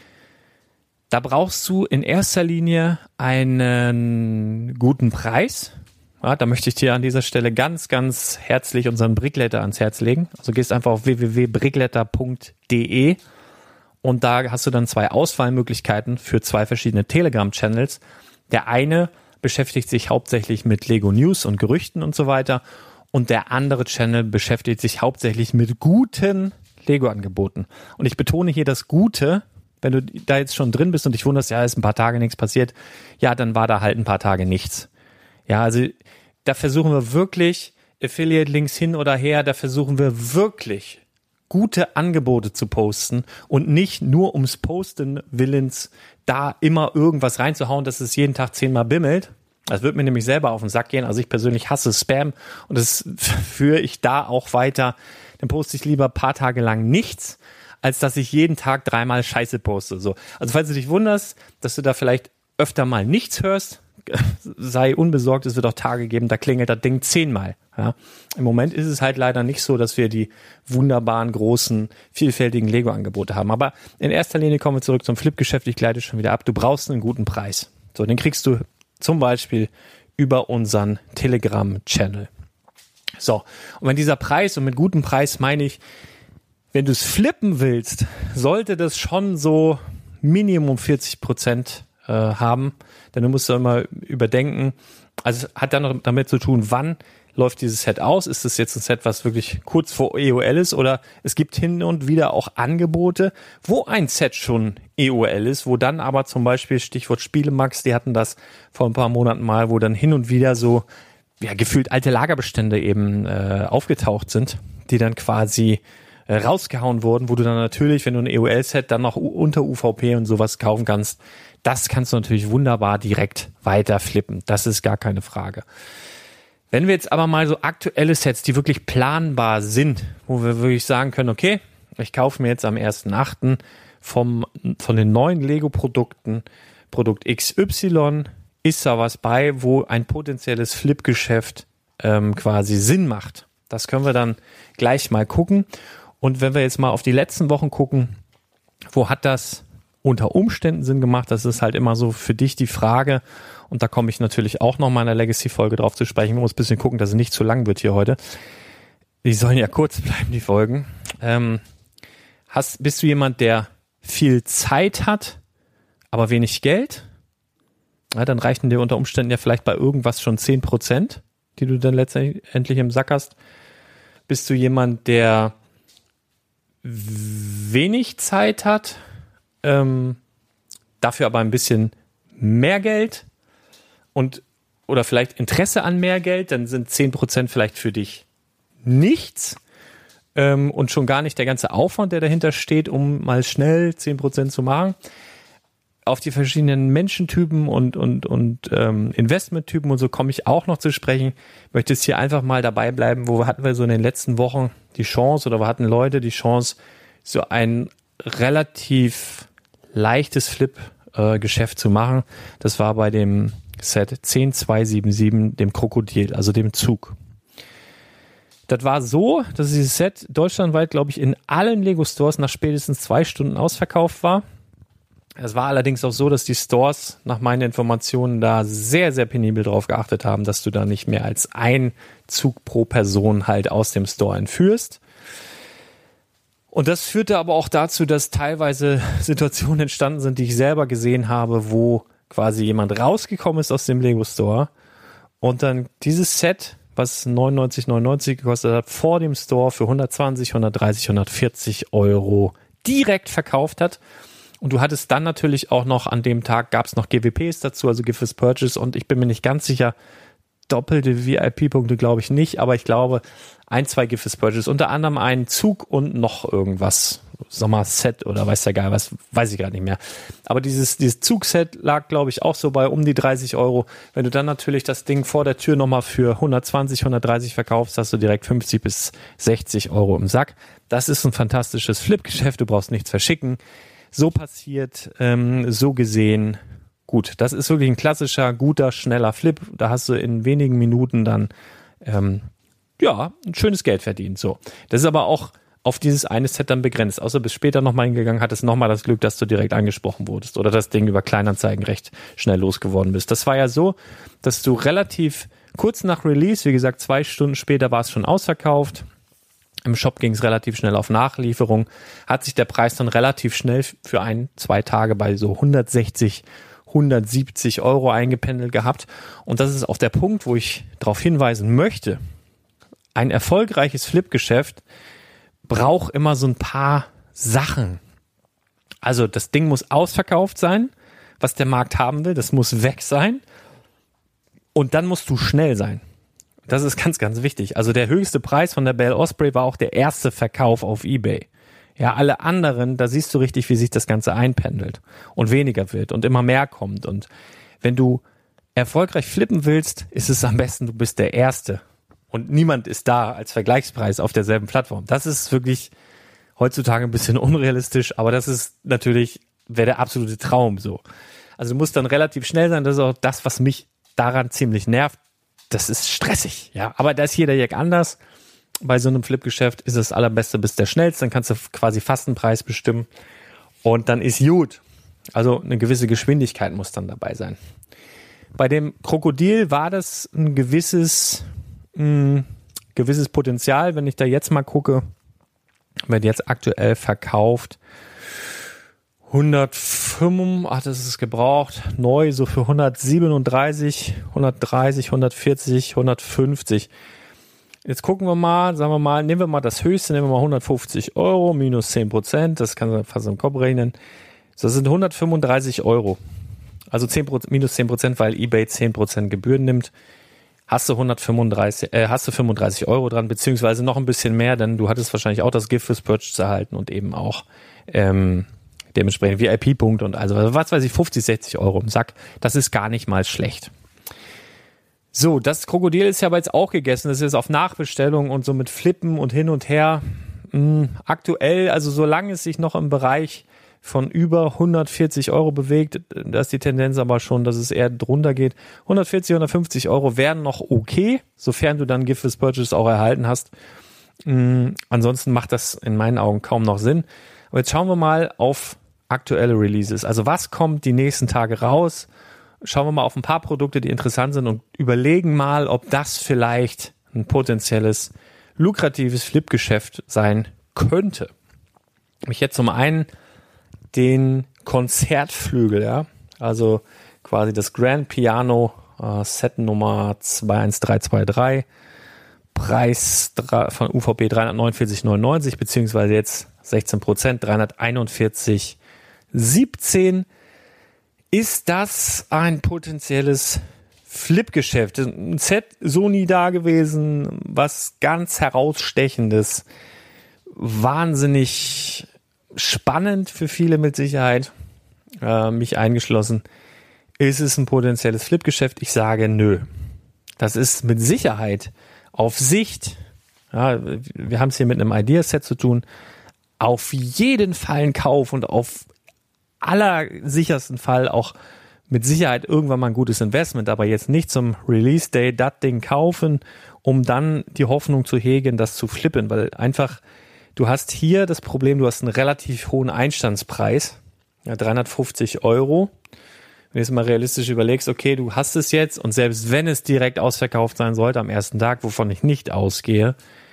Da brauchst du in erster Linie einen guten Preis. Ja, da möchte ich dir an dieser Stelle ganz, ganz herzlich unseren Brickletter ans Herz legen. Also gehst einfach auf w w w punkt brickletter punkt d e und da hast du dann zwei Auswahlmöglichkeiten für zwei verschiedene Telegram-Channels. Der eine beschäftigt sich hauptsächlich mit Lego News und Gerüchten und so weiter. Und der andere Channel beschäftigt sich hauptsächlich mit guten Lego-Angeboten. Und ich betone hier das Gute, wenn du da jetzt schon drin bist und dich wunderst, ja, ist ein paar Tage nichts passiert, ja, dann war da halt ein paar Tage nichts. Ja, also da versuchen wir wirklich, Affiliate-Links hin oder her, da versuchen wir wirklich gute Angebote zu posten und nicht nur ums Posten willens da immer irgendwas reinzuhauen, dass es jeden Tag zehnmal bimmelt. Das wird mir nämlich selber auf den Sack gehen. Also ich persönlich hasse Spam und das führe ich da auch weiter. Dann poste ich lieber ein paar Tage lang nichts, als dass ich jeden Tag dreimal Scheiße poste. So. Also falls du dich wunderst, dass du da vielleicht öfter mal nichts hörst, sei unbesorgt, es wird auch Tage geben, da klingelt das Ding zehnmal. Ja. Im Moment ist es halt leider nicht so, dass wir die wunderbaren, großen, vielfältigen Lego-Angebote haben. Aber in erster Linie kommen wir zurück zum Flip-Geschäft. Ich gleite schon wieder ab. Du brauchst einen guten Preis. So, den kriegst du zum Beispiel über unseren Telegram-Channel. So, und wenn dieser Preis, und mit gutem Preis meine ich, wenn du es flippen willst, sollte das schon so Minimum vierzig Prozent äh, haben, denn du musst da immer überdenken, also es hat dann noch damit zu tun, wann läuft dieses Set aus? Ist das jetzt ein Set, was wirklich kurz vor E O L ist? Oder es gibt hin und wieder auch Angebote, wo ein Set schon E O L ist, wo dann aber zum Beispiel, Stichwort Spielemax, die hatten das vor ein paar Monaten mal, wo dann hin und wieder so ja, gefühlt alte Lagerbestände eben äh, aufgetaucht sind, die dann quasi äh, rausgehauen wurden, wo du dann natürlich, wenn du ein E O L-Set dann noch u- unter U V P und sowas kaufen kannst, das kannst du natürlich wunderbar direkt weiter flippen. Das ist gar keine Frage. Wenn wir jetzt aber mal so aktuelle Sets, die wirklich planbar sind, wo wir wirklich sagen können, okay, ich kaufe mir jetzt am ersten achten vom von den neuen Lego-Produkten Produkt X Y, ist da was bei, wo ein potenzielles Flip-Geschäft ähm, quasi Sinn macht. Das können wir dann gleich mal gucken. Und wenn wir jetzt mal auf die letzten Wochen gucken, wo hat das unter Umständen Sinn gemacht? Das ist halt immer so für dich die Frage. Und da komme ich natürlich auch noch mal in der Legacy-Folge drauf zu sprechen. Wir müssen ein bisschen gucken, dass es nicht zu lang wird hier heute. Die sollen ja kurz bleiben, die Folgen. Ähm, hast, bist du jemand, der viel Zeit hat, aber wenig Geld? Ja, dann reichen dir unter Umständen ja vielleicht bei irgendwas schon zehn Prozent, die du dann letztendlich im Sack hast. Bist du jemand, der wenig Zeit hat, ähm, dafür aber ein bisschen mehr Geld und oder vielleicht Interesse an mehr Geld, dann sind zehn Prozent vielleicht für dich nichts ähm, und schon gar nicht der ganze Aufwand, der dahinter steht, um mal schnell zehn Prozent zu machen. Auf die verschiedenen Menschentypen und, und, und ähm, Investmenttypen und so komme ich auch noch zu sprechen. Ich möchte jetzt hier einfach mal dabei bleiben, wo hatten wir so in den letzten Wochen die Chance oder wo hatten Leute die Chance, so ein relativ leichtes Flip-Geschäft äh, zu machen. Das war bei dem Set zehn zwei sieben sieben, dem Krokodil, also dem Zug. Das war so, dass dieses Set deutschlandweit, glaube ich, in allen Lego-Stores nach spätestens zwei Stunden ausverkauft war. Es war allerdings auch so, dass die Stores nach meinen Informationen da sehr, sehr penibel drauf geachtet haben, dass du da nicht mehr als ein Zug pro Person halt aus dem Store entführst. Und das führte aber auch dazu, dass teilweise Situationen entstanden sind, die ich selber gesehen habe, wo quasi jemand rausgekommen ist aus dem Lego Store und dann dieses Set, was neunundneunzig neunundneunzig gekostet hat, vor dem Store für hundertzwanzig, hundertdreißig, hundertvierzig Euro direkt verkauft hat. Und du hattest dann natürlich auch noch, an dem Tag gab es noch G W Ps dazu, also Gift with Purchase, und ich bin mir nicht ganz sicher, doppelte V I P-Punkte glaube ich nicht, aber ich glaube ein, zwei Gift with Purchase, unter anderem einen Zug und noch irgendwas, Sommerset oder weiß der Geil, was weiß ich gerade nicht mehr. Aber dieses, dieses Zugset lag glaube ich auch so bei um die dreißig Euro. Wenn du dann natürlich das Ding vor der Tür nochmal für hundertzwanzig, hundertdreißig verkaufst, hast du direkt fünfzig bis sechzig Euro im Sack. Das ist ein fantastisches Flip-Geschäft, du brauchst nichts verschicken. So passiert, ähm, so gesehen, gut. Das ist wirklich ein klassischer, guter, schneller Flip. Da hast du in wenigen Minuten dann, ähm, ja, ein schönes Geld verdient. So. Das ist aber auch auf dieses eine Set dann begrenzt. Außer bis später nochmal hingegangen, hattest nochmal das Glück, dass du direkt angesprochen wurdest oder das Ding über Kleinanzeigen recht schnell losgeworden bist. Das war ja so, dass du relativ kurz nach Release, wie gesagt, zwei Stunden später war es schon ausverkauft. Im Shop ging es relativ schnell auf Nachlieferung, hat sich der Preis dann relativ schnell für ein, zwei Tage bei so hundertsechzig, hundertsiebzig Euro eingependelt gehabt. Und das ist auch der Punkt, wo ich darauf hinweisen möchte. Ein erfolgreiches Flip-Geschäft braucht immer so ein paar Sachen. Also das Ding muss ausverkauft sein, was der Markt haben will, das muss weg sein. Und dann musst du schnell sein. Das ist ganz, ganz wichtig. Also der höchste Preis von der Belle Osprey war auch der erste Verkauf auf eBay. Ja, alle anderen, da siehst du richtig, wie sich das Ganze einpendelt und weniger wird und immer mehr kommt. Und wenn du erfolgreich flippen willst, ist es am besten, du bist der Erste. Und niemand ist da als Vergleichspreis auf derselben Plattform. Das ist wirklich heutzutage ein bisschen unrealistisch, aber das ist natürlich, wäre der absolute Traum so. Also du musst dann relativ schnell sein. Das ist auch das, was mich daran ziemlich nervt. Das ist stressig, ja. Aber da ist jeder Jack anders. Bei so einem Flip-Geschäft ist das allerbeste, bist der schnellste. Dann kannst du quasi fast einen Preis bestimmen. Und dann ist gut. Also eine gewisse Geschwindigkeit muss dann dabei sein. Bei dem Krokodil war das ein gewisses, mh, gewisses Potenzial. Wenn ich da jetzt mal gucke, wird jetzt aktuell verkauft hundertfünf, ach, das ist gebraucht, neu so für hundertsiebenunddreißig, hundertdreißig, hundertvierzig, hundertfünfzig. Jetzt gucken wir mal, sagen wir mal, nehmen wir mal das höchste, nehmen wir mal hundertfünfzig Euro minus zehn Prozent, das kann man fast im Kopf rechnen. Das sind hundertfünfunddreißig Euro. Also zehn Prozent, minus zehn Prozent, weil eBay zehn Prozent Gebühren nimmt. hast du hundertfünfunddreißig, äh, hast du fünfunddreißig Euro dran, beziehungsweise noch ein bisschen mehr, denn du hattest wahrscheinlich auch das Gift fürs Purchase erhalten und eben auch ähm, dementsprechend V I P-Punkte und also was weiß ich, fünfzig, sechzig Euro im Sack. Das ist gar nicht mal schlecht. So, das Krokodil ist ja aber jetzt auch gegessen. Das ist auf Nachbestellung und so mit Flippen und hin und her. Mh, aktuell, also solange es sich noch im Bereich von über hundertvierzig Euro bewegt, da ist die Tendenz aber schon, dass es eher drunter geht. hundertvierzig, hundertfünfzig Euro wären noch okay, sofern du dann Gift fürs Purchase auch erhalten hast. Mh, ansonsten macht das in meinen Augen kaum noch Sinn. Aber jetzt schauen wir mal auf aktuelle Releases. Also was kommt die nächsten Tage raus? Schauen wir mal auf ein paar Produkte, die interessant sind und überlegen mal, ob das vielleicht ein potenzielles, lukratives Flip-Geschäft sein könnte. Ich jetzt zum einen den Konzertflügel, ja, also quasi das Grand Piano äh, Set Nummer zwei eins drei zwei drei, Preis von U V P dreihundertneunundvierzig neunundneunzig, beziehungsweise jetzt sechzehn Prozent, dreihunderteinundvierzig siebzehn. Ist das ein potenzielles Flip-Geschäft? Ein Set so nie da gewesen, was ganz herausstechendes, wahnsinnig spannend für viele mit Sicherheit, äh, mich eingeschlossen. Ist es ein potenzielles Flip-Geschäft? Ich sage nö. Das ist mit Sicherheit auf Sicht, ja, wir haben es hier mit einem Idea-Set zu tun, auf jeden Fall ein Kauf und auf allersichersten Fall auch mit Sicherheit irgendwann mal ein gutes Investment, aber jetzt nicht zum Release-Day das Ding kaufen, um dann die Hoffnung zu hegen, das zu flippen, weil einfach, du hast hier das Problem, du hast einen relativ hohen Einstandspreis, ja, dreihundertfünfzig Euro. Wenn du jetzt mal realistisch überlegst, okay, du hast es jetzt und selbst wenn es direkt ausverkauft sein sollte am ersten Tag, wovon ich nicht ausgehe,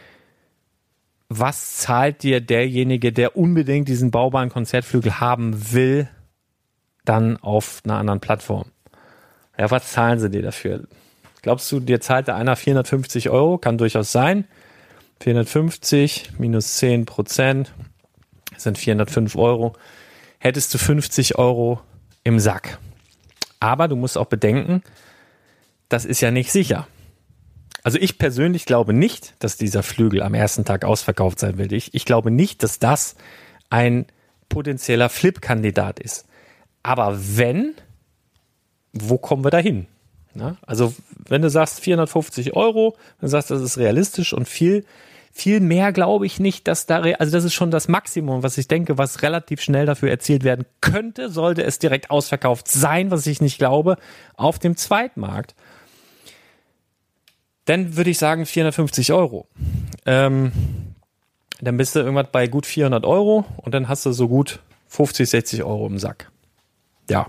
was zahlt dir derjenige, der unbedingt diesen baubaren Konzertflügel haben will, dann auf einer anderen Plattform? Ja, was zahlen sie dir dafür? Glaubst du, dir zahlt da einer vierhundertfünfzig Euro? Kann durchaus sein. vierhundertfünfzig minus zehn Prozent sind vierhundertfünf Euro. Hättest du fünfzig Euro im Sack. Aber du musst auch bedenken, das ist ja nicht sicher. Also ich persönlich glaube nicht, dass dieser Flügel am ersten Tag ausverkauft sein wird. Ich, ich glaube nicht, dass das ein potenzieller Flip-Kandidat ist. Aber wenn, wo kommen wir da hin? Na, also wenn du sagst vierhundertfünfzig Euro, wenn du sagst, das ist realistisch und viel, viel mehr glaube ich nicht, dass da, also das ist schon das Maximum, was ich denke, was relativ schnell dafür erzielt werden könnte, sollte es direkt ausverkauft sein, was ich nicht glaube, auf dem Zweitmarkt. Dann würde ich sagen vierhundertfünfzig Euro. Ähm, dann bist du irgendwas bei gut vierhundert Euro und dann hast du so gut fünfzig, sechzig Euro im Sack. Ja,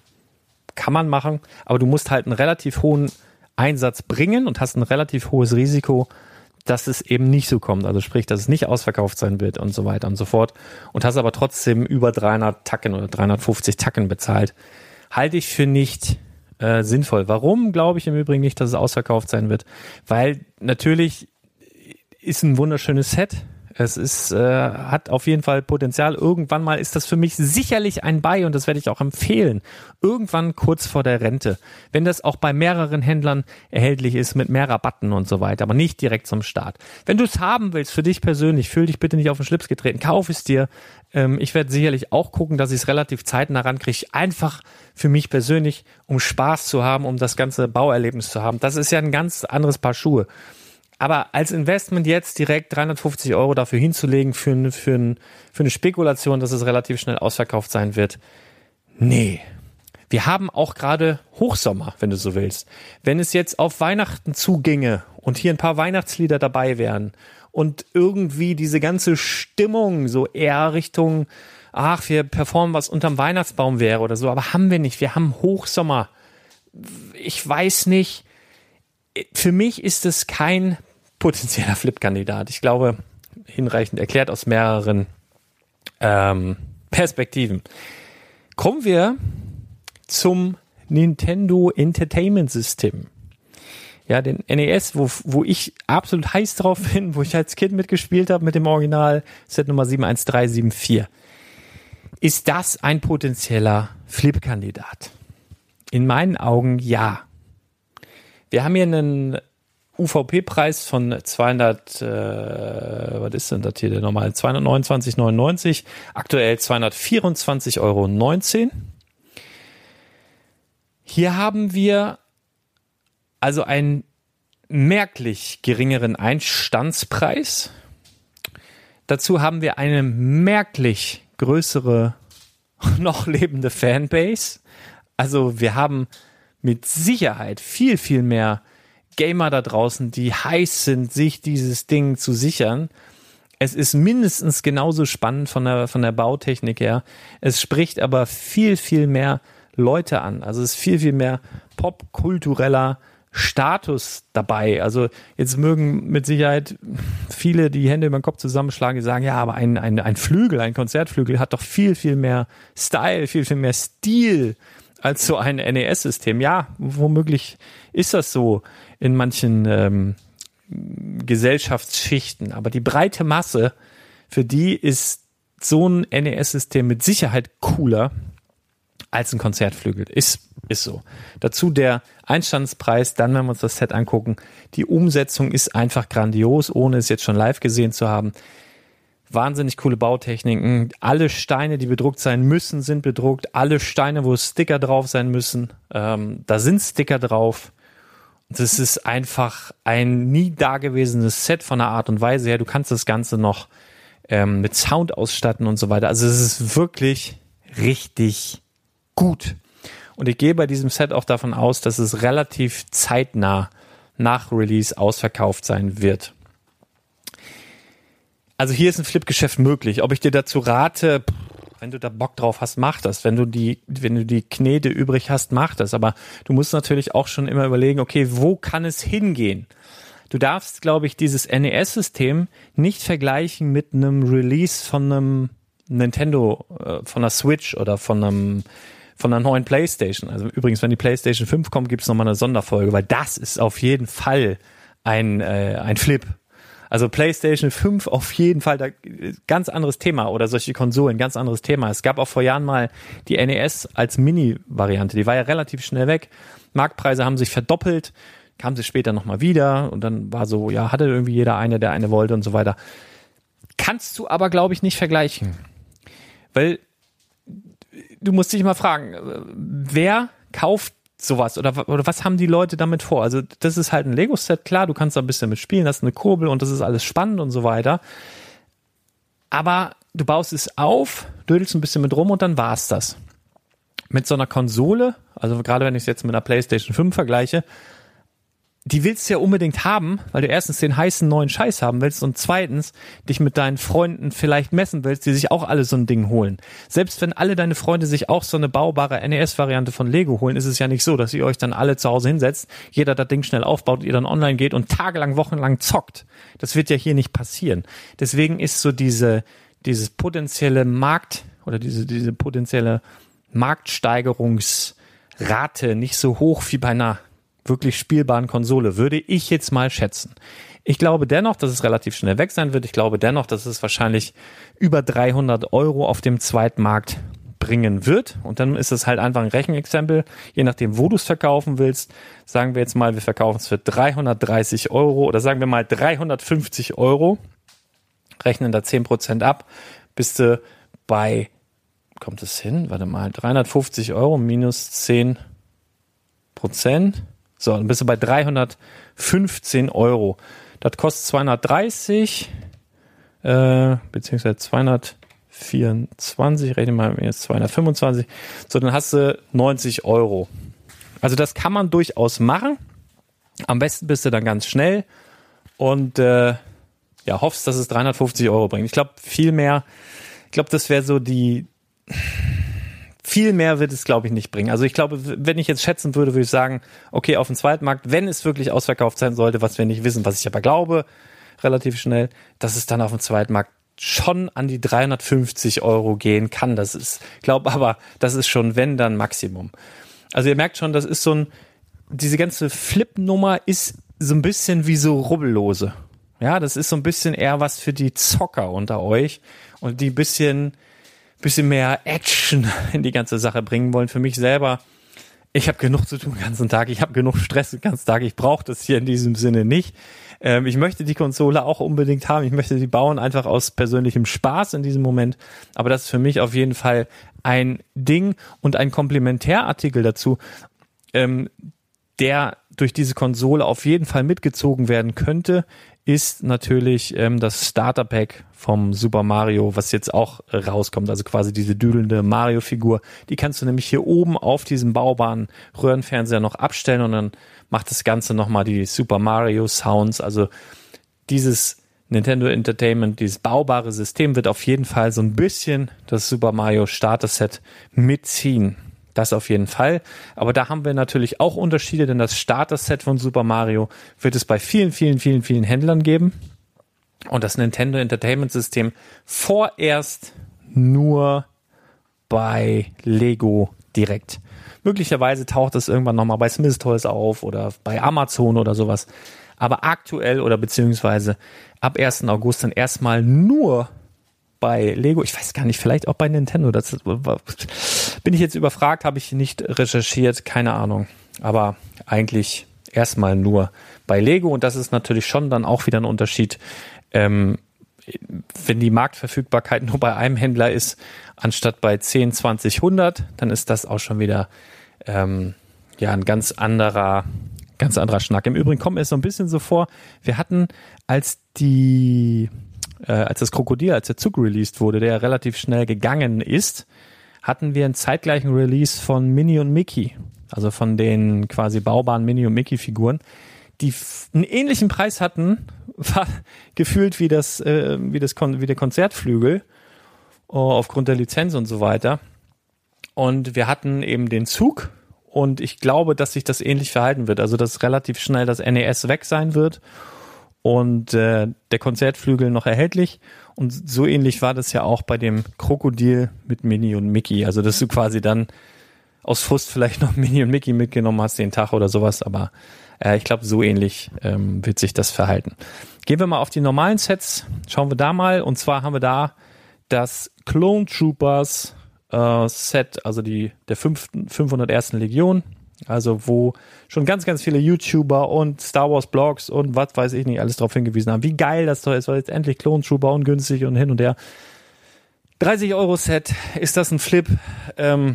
kann man machen, aber du musst halt einen relativ hohen Einsatz bringen und hast ein relativ hohes Risiko, dass es eben nicht so kommt. Also sprich, dass es nicht ausverkauft sein wird und so weiter und so fort. Und hast aber trotzdem über dreihundert Tacken oder dreihundertfünfzig Tacken bezahlt. Halte ich für nicht Äh, sinnvoll. Warum glaube ich im Übrigen nicht, dass es ausverkauft sein wird? Weil natürlich ist ein wunderschönes Set. Es ist, äh, hat auf jeden Fall Potenzial. Irgendwann mal ist das für mich sicherlich ein Buy und das werde ich auch empfehlen. Irgendwann kurz vor der Rente. Wenn das auch bei mehreren Händlern erhältlich ist mit mehr Rabatten und so weiter, aber nicht direkt zum Start. Wenn du es haben willst für dich persönlich, fühl dich bitte nicht auf den Schlips getreten. Kauf es dir. Ähm, ich werde sicherlich auch gucken, dass ich es relativ zeitnah rankriege. Einfach für mich persönlich, um Spaß zu haben, um das ganze Bauerlebnis zu haben. Das ist ja ein ganz anderes Paar Schuhe. Aber als Investment jetzt direkt dreihundertfünfzig Euro dafür hinzulegen, für, ein, für, ein, für eine Spekulation, dass es relativ schnell ausverkauft sein wird, nee. Wir haben auch gerade Hochsommer, wenn du so willst. Wenn es jetzt auf Weihnachten zuginge und hier ein paar Weihnachtslieder dabei wären und irgendwie diese ganze Stimmung so eher Richtung, ach, wir performen was unterm Weihnachtsbaum wäre oder so, aber haben wir nicht. Wir haben Hochsommer. Ich weiß nicht. Für mich ist es kein potenzieller Flip-Kandidat. Ich glaube, hinreichend erklärt aus mehreren ähm, Perspektiven. Kommen wir zum Nintendo Entertainment System. Ja, den N E S, wo, wo ich absolut heiß drauf bin, wo ich als Kind mitgespielt habe mit dem Original Set Nummer sieben eins drei sieben vier. Ist das ein potenzieller Flip-Kandidat? In meinen Augen ja. wir haben hier einen U V P-Preis von zweihundert, äh, was ist denn das hier, der normal? zweihundertneunundzwanzig Euro neunundneunzig, aktuell zweihundertvierundzwanzig Euro neunzehn. Hier haben wir also einen merklich geringeren Einstandspreis. Dazu haben wir eine merklich größere, noch lebende Fanbase. Also wir haben mit Sicherheit viel, viel mehr Gamer da draußen, die heiß sind, sich dieses Ding zu sichern. Es ist mindestens genauso spannend von der, von der Bautechnik her. Es spricht aber viel, viel mehr Leute an. Also es ist viel, viel mehr popkultureller Status dabei. Also jetzt mögen mit Sicherheit viele die Hände über den Kopf zusammenschlagen, die sagen, ja, aber ein, ein, ein Flügel, ein Konzertflügel hat doch viel, viel mehr Style, viel, viel mehr Stil als so ein N E S-System. Ja, womöglich ist das so in manchen ähm, Gesellschaftsschichten. Aber die breite Masse, für die ist so ein N E S-System mit Sicherheit cooler als ein Konzertflügel. Ist, ist so. Dazu der Einstandspreis, dann, wenn wir uns das Set angucken, die Umsetzung ist einfach grandios, ohne es jetzt schon live gesehen zu haben. Wahnsinnig coole Bautechniken. Alle Steine, die bedruckt sein müssen, sind bedruckt. Alle Steine, wo Sticker drauf sein müssen, ähm, da sind Sticker drauf. Das ist einfach ein nie dagewesenes Set von der Art und Weise her. Du kannst das Ganze noch ähm, mit Sound ausstatten und so weiter. Also es ist wirklich richtig gut. Und ich gehe bei diesem Set auch davon aus, dass es relativ zeitnah nach Release ausverkauft sein wird. Also hier ist ein Flip-Geschäft möglich. Ob ich dir dazu rate, wenn du da Bock drauf hast, mach das. Wenn du die, wenn du die Knete übrig hast, mach das. Aber du musst natürlich auch schon immer überlegen, okay, wo kann es hingehen? Du darfst, glaube ich, dieses N E S-System nicht vergleichen mit einem Release von einem Nintendo, äh, von einer Switch oder von einem von einer neuen PlayStation. Also übrigens, wenn die PlayStation fünf kommt, gibt es nochmal eine Sonderfolge, weil das ist auf jeden Fall ein, äh, ein Flip. Also PlayStation fünf auf jeden Fall, da, ganz anderes Thema oder solche Konsolen, ganz anderes Thema. Es gab auch vor Jahren mal die N E S als Mini-Variante, die war ja relativ schnell weg. Marktpreise haben sich verdoppelt, kam sie später nochmal wieder und dann war so, ja, hatte irgendwie jeder eine, der eine wollte und so weiter. Kannst du aber, glaube ich, nicht vergleichen. Weil du musst dich mal fragen, wer kauft sowas oder, oder was haben die Leute damit vor? Also das ist halt ein Lego-Set, klar, du kannst da ein bisschen mit spielen, hast eine Kurbel und das ist alles spannend und so weiter. Aber du baust es auf, dödelst ein bisschen mit rum und dann war's das. Mit so einer Konsole, also gerade wenn ich es jetzt mit einer PlayStation fünf vergleiche, die willst du ja unbedingt haben, weil du erstens den heißen neuen Scheiß haben willst und zweitens dich mit deinen Freunden vielleicht messen willst, die sich auch alle so ein Ding holen. Selbst wenn alle deine Freunde sich auch so eine baubare N E S-Variante von Lego holen, ist es ja nicht so, dass ihr euch dann alle zu Hause hinsetzt, jeder das Ding schnell aufbaut, ihr dann online geht und tagelang, wochenlang zockt. Das wird ja hier nicht passieren. Deswegen ist so diese, dieses potenzielle Markt oder diese, diese potenzielle Marktsteigerungsrate nicht so hoch wie bei einer wirklich spielbaren Konsole, würde ich jetzt mal schätzen. Ich glaube dennoch, dass es relativ schnell weg sein wird. Ich glaube dennoch, dass es wahrscheinlich über dreihundert Euro auf dem Zweitmarkt bringen wird. Und dann ist es halt einfach ein Rechenexempel. Je nachdem, wo du es verkaufen willst, sagen wir jetzt mal, wir verkaufen es für dreihundertdreißig Euro oder sagen wir mal dreihundertfünfzig Euro. Rechnen da zehn Prozent ab. Bist du bei, kommt es hin? Warte mal, dreihundertfünfzig Euro minus zehn Prozent. So, dann bist du bei dreihundertfünfzehn Euro. Das kostet zweihundertdreißig, äh, beziehungsweise zweihundertvierundzwanzig, rechne mal jetzt zweihundertfünfundzwanzig. So, dann hast du neunzig Euro. Also das kann man durchaus machen. Am besten bist du dann ganz schnell und äh, ja, hoffst, dass es dreihundertfünfzig Euro bringt. Ich glaube, viel mehr, ich glaube, das wäre so die... Viel mehr wird es, glaube ich, nicht bringen. Also ich glaube, wenn ich jetzt schätzen würde, würde ich sagen, okay, auf dem Zweitmarkt, wenn es wirklich ausverkauft sein sollte, was wir nicht wissen, was ich aber glaube, relativ schnell, dass es dann auf dem Zweitmarkt schon an die dreihundertfünfzig Euro gehen kann. Das ist, ich glaube aber, das ist schon, wenn, dann Maximum. Also ihr merkt schon, das ist so ein, diese ganze Flip-Nummer ist so ein bisschen wie so Rubbellose. Ja, das ist so ein bisschen eher was für die Zocker unter euch und die bisschen... bisschen mehr Action in die ganze Sache bringen wollen. Für mich selber ich habe genug zu tun den ganzen Tag, ich habe genug Stress den ganzen Tag, ich brauche das hier in diesem Sinne nicht. Ähm, ich möchte die Konsole auch unbedingt haben, ich möchte sie bauen, einfach aus persönlichem Spaß in diesem Moment, aber das ist für mich auf jeden Fall ein Ding und ein Komplementärartikel dazu, ähm, der durch diese Konsole auf jeden Fall mitgezogen werden könnte, ist natürlich ähm, das Starter-Pack vom Super Mario, was jetzt auch äh, rauskommt, also quasi diese düdelnde Mario-Figur. Die kannst du nämlich hier oben auf diesem baubaren Röhrenfernseher noch abstellen und dann macht das Ganze nochmal die Super Mario Sounds. Also dieses Nintendo Entertainment, dieses baubare System wird auf jeden Fall so ein bisschen das Super Mario Starter-Set mitziehen. Das auf jeden Fall. Aber da haben wir natürlich auch Unterschiede, denn das Starter-Set von Super Mario wird es bei vielen, vielen, vielen, vielen Händlern geben. Und das Nintendo Entertainment System vorerst nur bei Lego direkt. Möglicherweise taucht es irgendwann nochmal bei Smith Toys auf oder bei Amazon oder sowas. Aber aktuell oder beziehungsweise ab ersten August dann erstmal nur bei Lego, ich weiß gar nicht, vielleicht auch bei Nintendo. Das bin ich jetzt überfragt, habe ich nicht recherchiert, keine Ahnung. Aber eigentlich erstmal nur bei Lego und das ist natürlich schon dann auch wieder ein Unterschied, ähm, wenn die Marktverfügbarkeit nur bei einem Händler ist, anstatt bei zehn, zwanzig, hundert, dann ist das auch schon wieder ähm, ja ein ganz anderer, ganz anderer Schnack. Im Übrigen kommt mir es so ein bisschen so vor, wir hatten, als die Äh, als das Krokodil, als der Zug released wurde, der relativ schnell gegangen ist, hatten wir einen zeitgleichen Release von Minnie und Mickey, also von den quasi baubaren Minnie und Mickey Figuren, die f- einen ähnlichen Preis hatten, war gefühlt wie das, äh, wie das Kon- wie der Konzertflügel, oh, aufgrund der Lizenz und so weiter. Und wir hatten eben den Zug und ich glaube, dass sich das ähnlich verhalten wird, also dass relativ schnell das N E S weg sein wird und äh, der Konzertflügel noch erhältlich. Und so ähnlich war das ja auch bei dem Krokodil mit Minnie und Mickey. Also dass du quasi dann aus Frust vielleicht noch Minnie und Mickey mitgenommen hast den Tag oder sowas. Aber äh, ich glaube, so ähnlich ähm, wird sich das verhalten. Gehen wir mal auf die normalen Sets. Schauen wir da mal. Und zwar haben wir da das Clone Troopers äh, Set, also die der fünften, fünfhundertersten Legion. Also wo schon ganz, ganz viele YouTuber und Star Wars Blogs und was weiß ich nicht alles darauf hingewiesen haben, wie geil das doch ist, weil jetzt endlich Clone Trooper ungünstig und hin und her. dreißig Euro Set, ist das ein Flip? Ähm,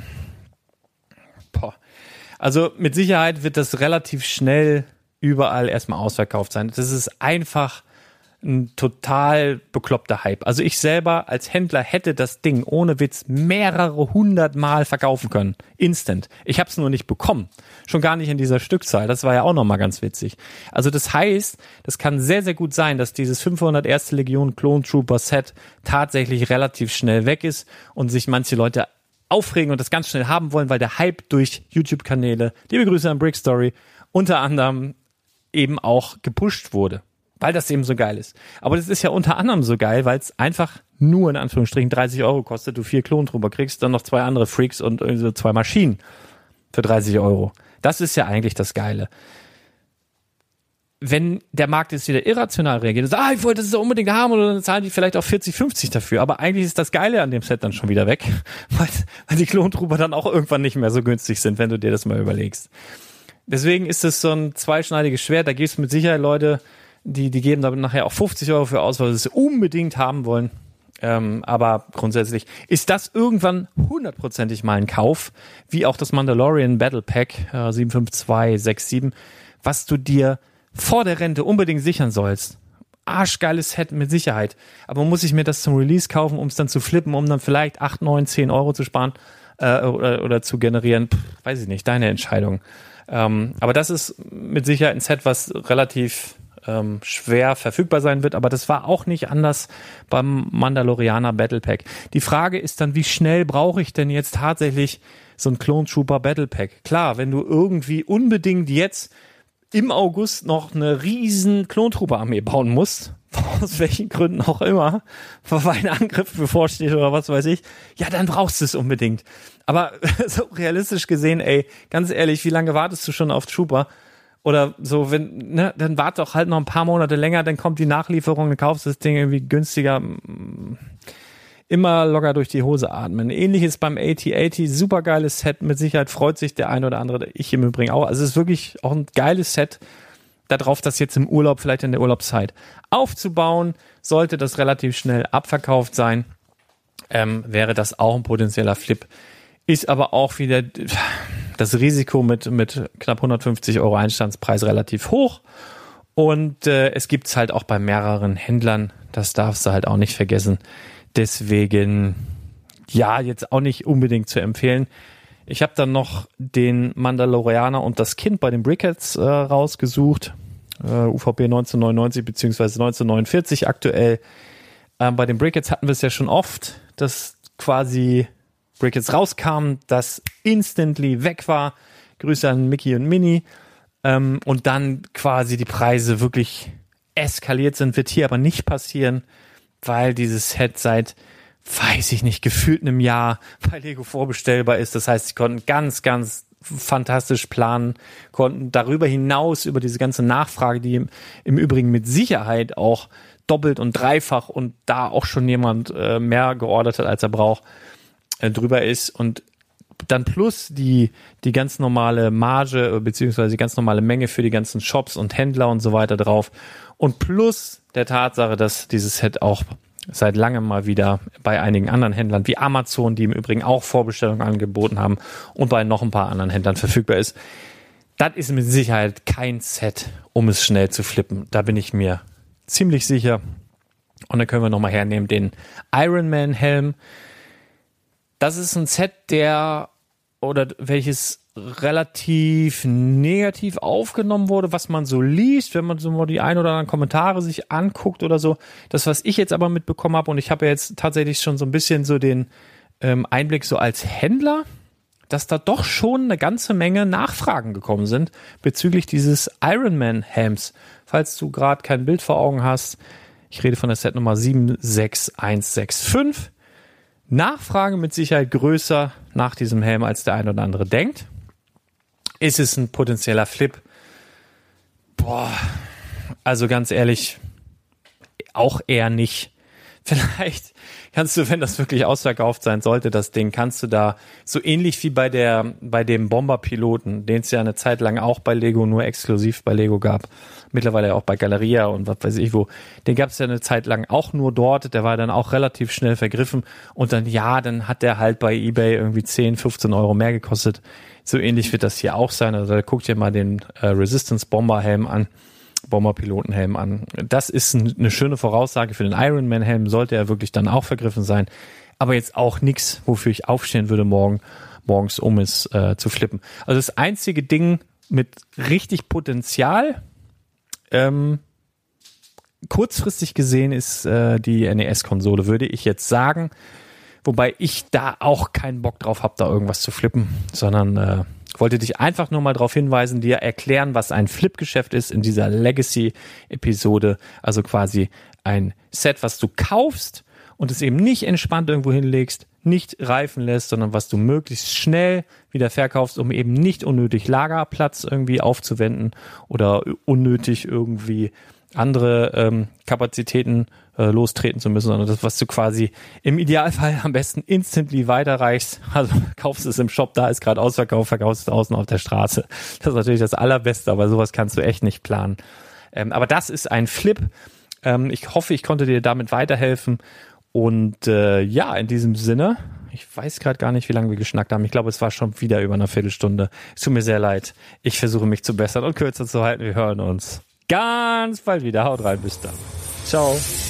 boah. Also mit Sicherheit wird das relativ schnell überall erstmal ausverkauft sein. Das ist einfach ein total bekloppter Hype. Also ich selber als Händler hätte das Ding ohne Witz mehrere hundert Mal verkaufen können. Instant. Ich habe es nur nicht bekommen. Schon gar nicht in dieser Stückzahl. Das war ja auch nochmal ganz witzig. Also das heißt, das kann sehr, sehr gut sein, dass dieses fünfhunderterste Legion Clone Trooper Set tatsächlich relativ schnell weg ist und sich manche Leute aufregen und das ganz schnell haben wollen, weil der Hype durch YouTube-Kanäle, liebe Grüße an Brick Story, unter anderem eben auch gepusht wurde. Weil das eben so geil ist. Aber das ist ja unter anderem so geil, weil es einfach nur in Anführungsstrichen dreißig Euro kostet, du vier Klon drüber kriegst, dann noch zwei andere Freaks und so zwei Maschinen für dreißig Euro. Das ist ja eigentlich das Geile. Wenn der Markt jetzt wieder irrational reagiert und sagt, ah, ich wollte das so unbedingt haben, oder dann zahlen die vielleicht auch vierzig, fünfzig dafür. Aber eigentlich ist das Geile an dem Set dann schon wieder weg, weil, weil die Klontruber dann auch irgendwann nicht mehr so günstig sind, wenn du dir das mal überlegst. Deswegen ist es so ein zweischneidiges Schwert. Da gibt es mit Sicherheit Leute, die, die geben damit nachher auch fünfzig Euro für aus, weil sie es unbedingt haben wollen. Ähm, aber grundsätzlich ist das irgendwann hundertprozentig mal ein Kauf, wie auch das Mandalorian Battle Pack äh, sieben fünf zwei sechs sieben, was du dir vor der Rente unbedingt sichern sollst. Arschgeiles Set mit Sicherheit. Aber muss ich mir das zum Release kaufen, um es dann zu flippen, um dann vielleicht acht, neun, zehn Euro zu sparen äh, oder, oder zu generieren? Pff, weiß ich nicht, deine Entscheidung. Ähm, aber das ist mit Sicherheit ein Set, was relativ ähm, schwer verfügbar sein wird. Aber das war auch nicht anders beim Mandalorianer Battle Pack. Die Frage ist dann, wie schnell brauche ich denn jetzt tatsächlich so ein Clone Trooper Battle Pack? Klar, wenn du irgendwie unbedingt jetzt im August noch eine riesen Klontrooper-Armee bauen musst, aus welchen Gründen auch immer, weil ein Angriff bevorsteht oder was weiß ich, ja, dann brauchst du es unbedingt. Aber so realistisch gesehen, ey, ganz ehrlich, wie lange wartest du schon auf Trooper? Oder so, wenn, ne, dann warte doch halt noch ein paar Monate länger, dann kommt die Nachlieferung, dann kaufst du das Ding irgendwie günstiger. immer locker durch die Hose atmen. Ähnliches beim A T achtzig, super geiles Set, mit Sicherheit freut sich der ein oder andere, ich im Übrigen auch. Also es ist wirklich auch ein geiles Set, darauf das jetzt im Urlaub, vielleicht in der Urlaubszeit aufzubauen. Sollte das relativ schnell abverkauft sein, ähm, wäre das auch ein potenzieller Flip. Ist aber auch wieder das Risiko mit, mit knapp hundertfünfzig Euro Einstandspreis relativ hoch. Und äh, es gibt's halt auch bei mehreren Händlern. Das darfst du halt auch nicht vergessen. Deswegen, ja, jetzt auch nicht unbedingt zu empfehlen. Ich habe dann noch den Mandalorianer und das Kind bei den Brickheads äh, rausgesucht. Äh, U V P neunzehnhundertneunundneunzig beziehungsweise neunzehnhundertneunundvierzig aktuell. Äh, bei den Brickheads hatten wir es ja schon oft, dass quasi Brickheads rauskamen, das instantly weg war. Grüße an Mickey und Minnie. Ähm, und dann quasi die Preise wirklich eskaliert sind, wird hier aber nicht passieren, weil dieses Set seit, weiß ich nicht, gefühlt einem Jahr bei Lego vorbestellbar ist. Das heißt, sie konnten ganz, ganz fantastisch planen, konnten darüber hinaus über diese ganze Nachfrage, die im, im Übrigen mit Sicherheit auch doppelt und dreifach und da auch schon jemand äh, mehr geordert hat, als er braucht, äh, drüber ist. Und dann plus die, die ganz normale Marge, beziehungsweise die ganz normale Menge für die ganzen Shops und Händler und so weiter drauf. Und plus der Tatsache, dass dieses Set auch seit langem mal wieder bei einigen anderen Händlern wie Amazon, die im Übrigen auch Vorbestellungen angeboten haben, und bei noch ein paar anderen Händlern verfügbar ist. Das ist mit Sicherheit kein Set, um es schnell zu flippen. Da bin ich mir ziemlich sicher. Und dann können wir nochmal hernehmen den Iron Man Helm. Das ist ein Set, der oder welches relativ negativ aufgenommen wurde, was man so liest, wenn man so mal die ein oder anderen Kommentare sich anguckt oder so. Das, was ich jetzt aber mitbekommen habe, und ich habe ja jetzt tatsächlich schon so ein bisschen so den ähm, Einblick so als Händler, dass da doch schon eine ganze Menge Nachfragen gekommen sind bezüglich dieses Iron Man Helms. Falls du gerade kein Bild vor Augen hast, ich rede von der Set Nummer sieben sechs eins sechs fünf. Nachfrage mit Sicherheit größer nach diesem Helm, als der ein oder andere denkt. Ist es ein potenzieller Flip? Boah, also ganz ehrlich, auch eher nicht. Vielleicht kannst du, wenn das wirklich ausverkauft sein sollte, das Ding, kannst du da so ähnlich wie bei der bei dem Bomberpiloten, den es ja eine Zeit lang auch bei Lego nur exklusiv bei Lego gab, mittlerweile auch bei Galeria und was weiß ich wo, den gab es ja eine Zeit lang auch nur dort, der war dann auch relativ schnell vergriffen und dann, ja, dann hat der halt bei eBay irgendwie zehn, fünfzehn Euro mehr gekostet. So ähnlich wird das hier auch sein. Also da guckt ihr mal den äh, Resistance Bomberhelm an. Bomberpilotenhelm an. Das ist ein, eine schöne Voraussage für den Ironman-Helm, sollte er wirklich dann auch vergriffen sein. Aber jetzt auch nichts, wofür ich aufstehen würde morgen, morgens, um es äh, zu flippen. Also das einzige Ding mit richtig Potenzial, ähm, kurzfristig gesehen, ist äh, die N E S-Konsole, würde ich jetzt sagen. Wobei ich da auch keinen Bock drauf habe, da irgendwas zu flippen, sondern äh, wollte dich einfach nur mal darauf hinweisen, dir erklären, was ein Flip-Geschäft ist in dieser Legacy-Episode. Also quasi ein Set, was du kaufst und es eben nicht entspannt irgendwo hinlegst, nicht reifen lässt, sondern was du möglichst schnell wieder verkaufst, um eben nicht unnötig Lagerplatz irgendwie aufzuwenden oder unnötig irgendwie andere ähm, Kapazitäten äh, lostreten zu müssen, sondern das, was du quasi im Idealfall am besten instantly weiterreichst. Also kaufst es im Shop, da ist gerade ausverkauft, verkaufst es draußen auf der Straße. Das ist natürlich das Allerbeste, aber sowas kannst du echt nicht planen. Ähm, aber das ist ein Flip. Ähm, ich hoffe, ich konnte dir damit weiterhelfen. Und äh, ja, in diesem Sinne, ich weiß gerade gar nicht, wie lange wir geschnackt haben. Ich glaube, es war schon wieder über eine Viertelstunde. Es tut mir sehr leid. Ich versuche mich zu bessern und kürzer zu halten. Wir hören uns ganz bald wieder. Haut rein, bis dann. Ciao.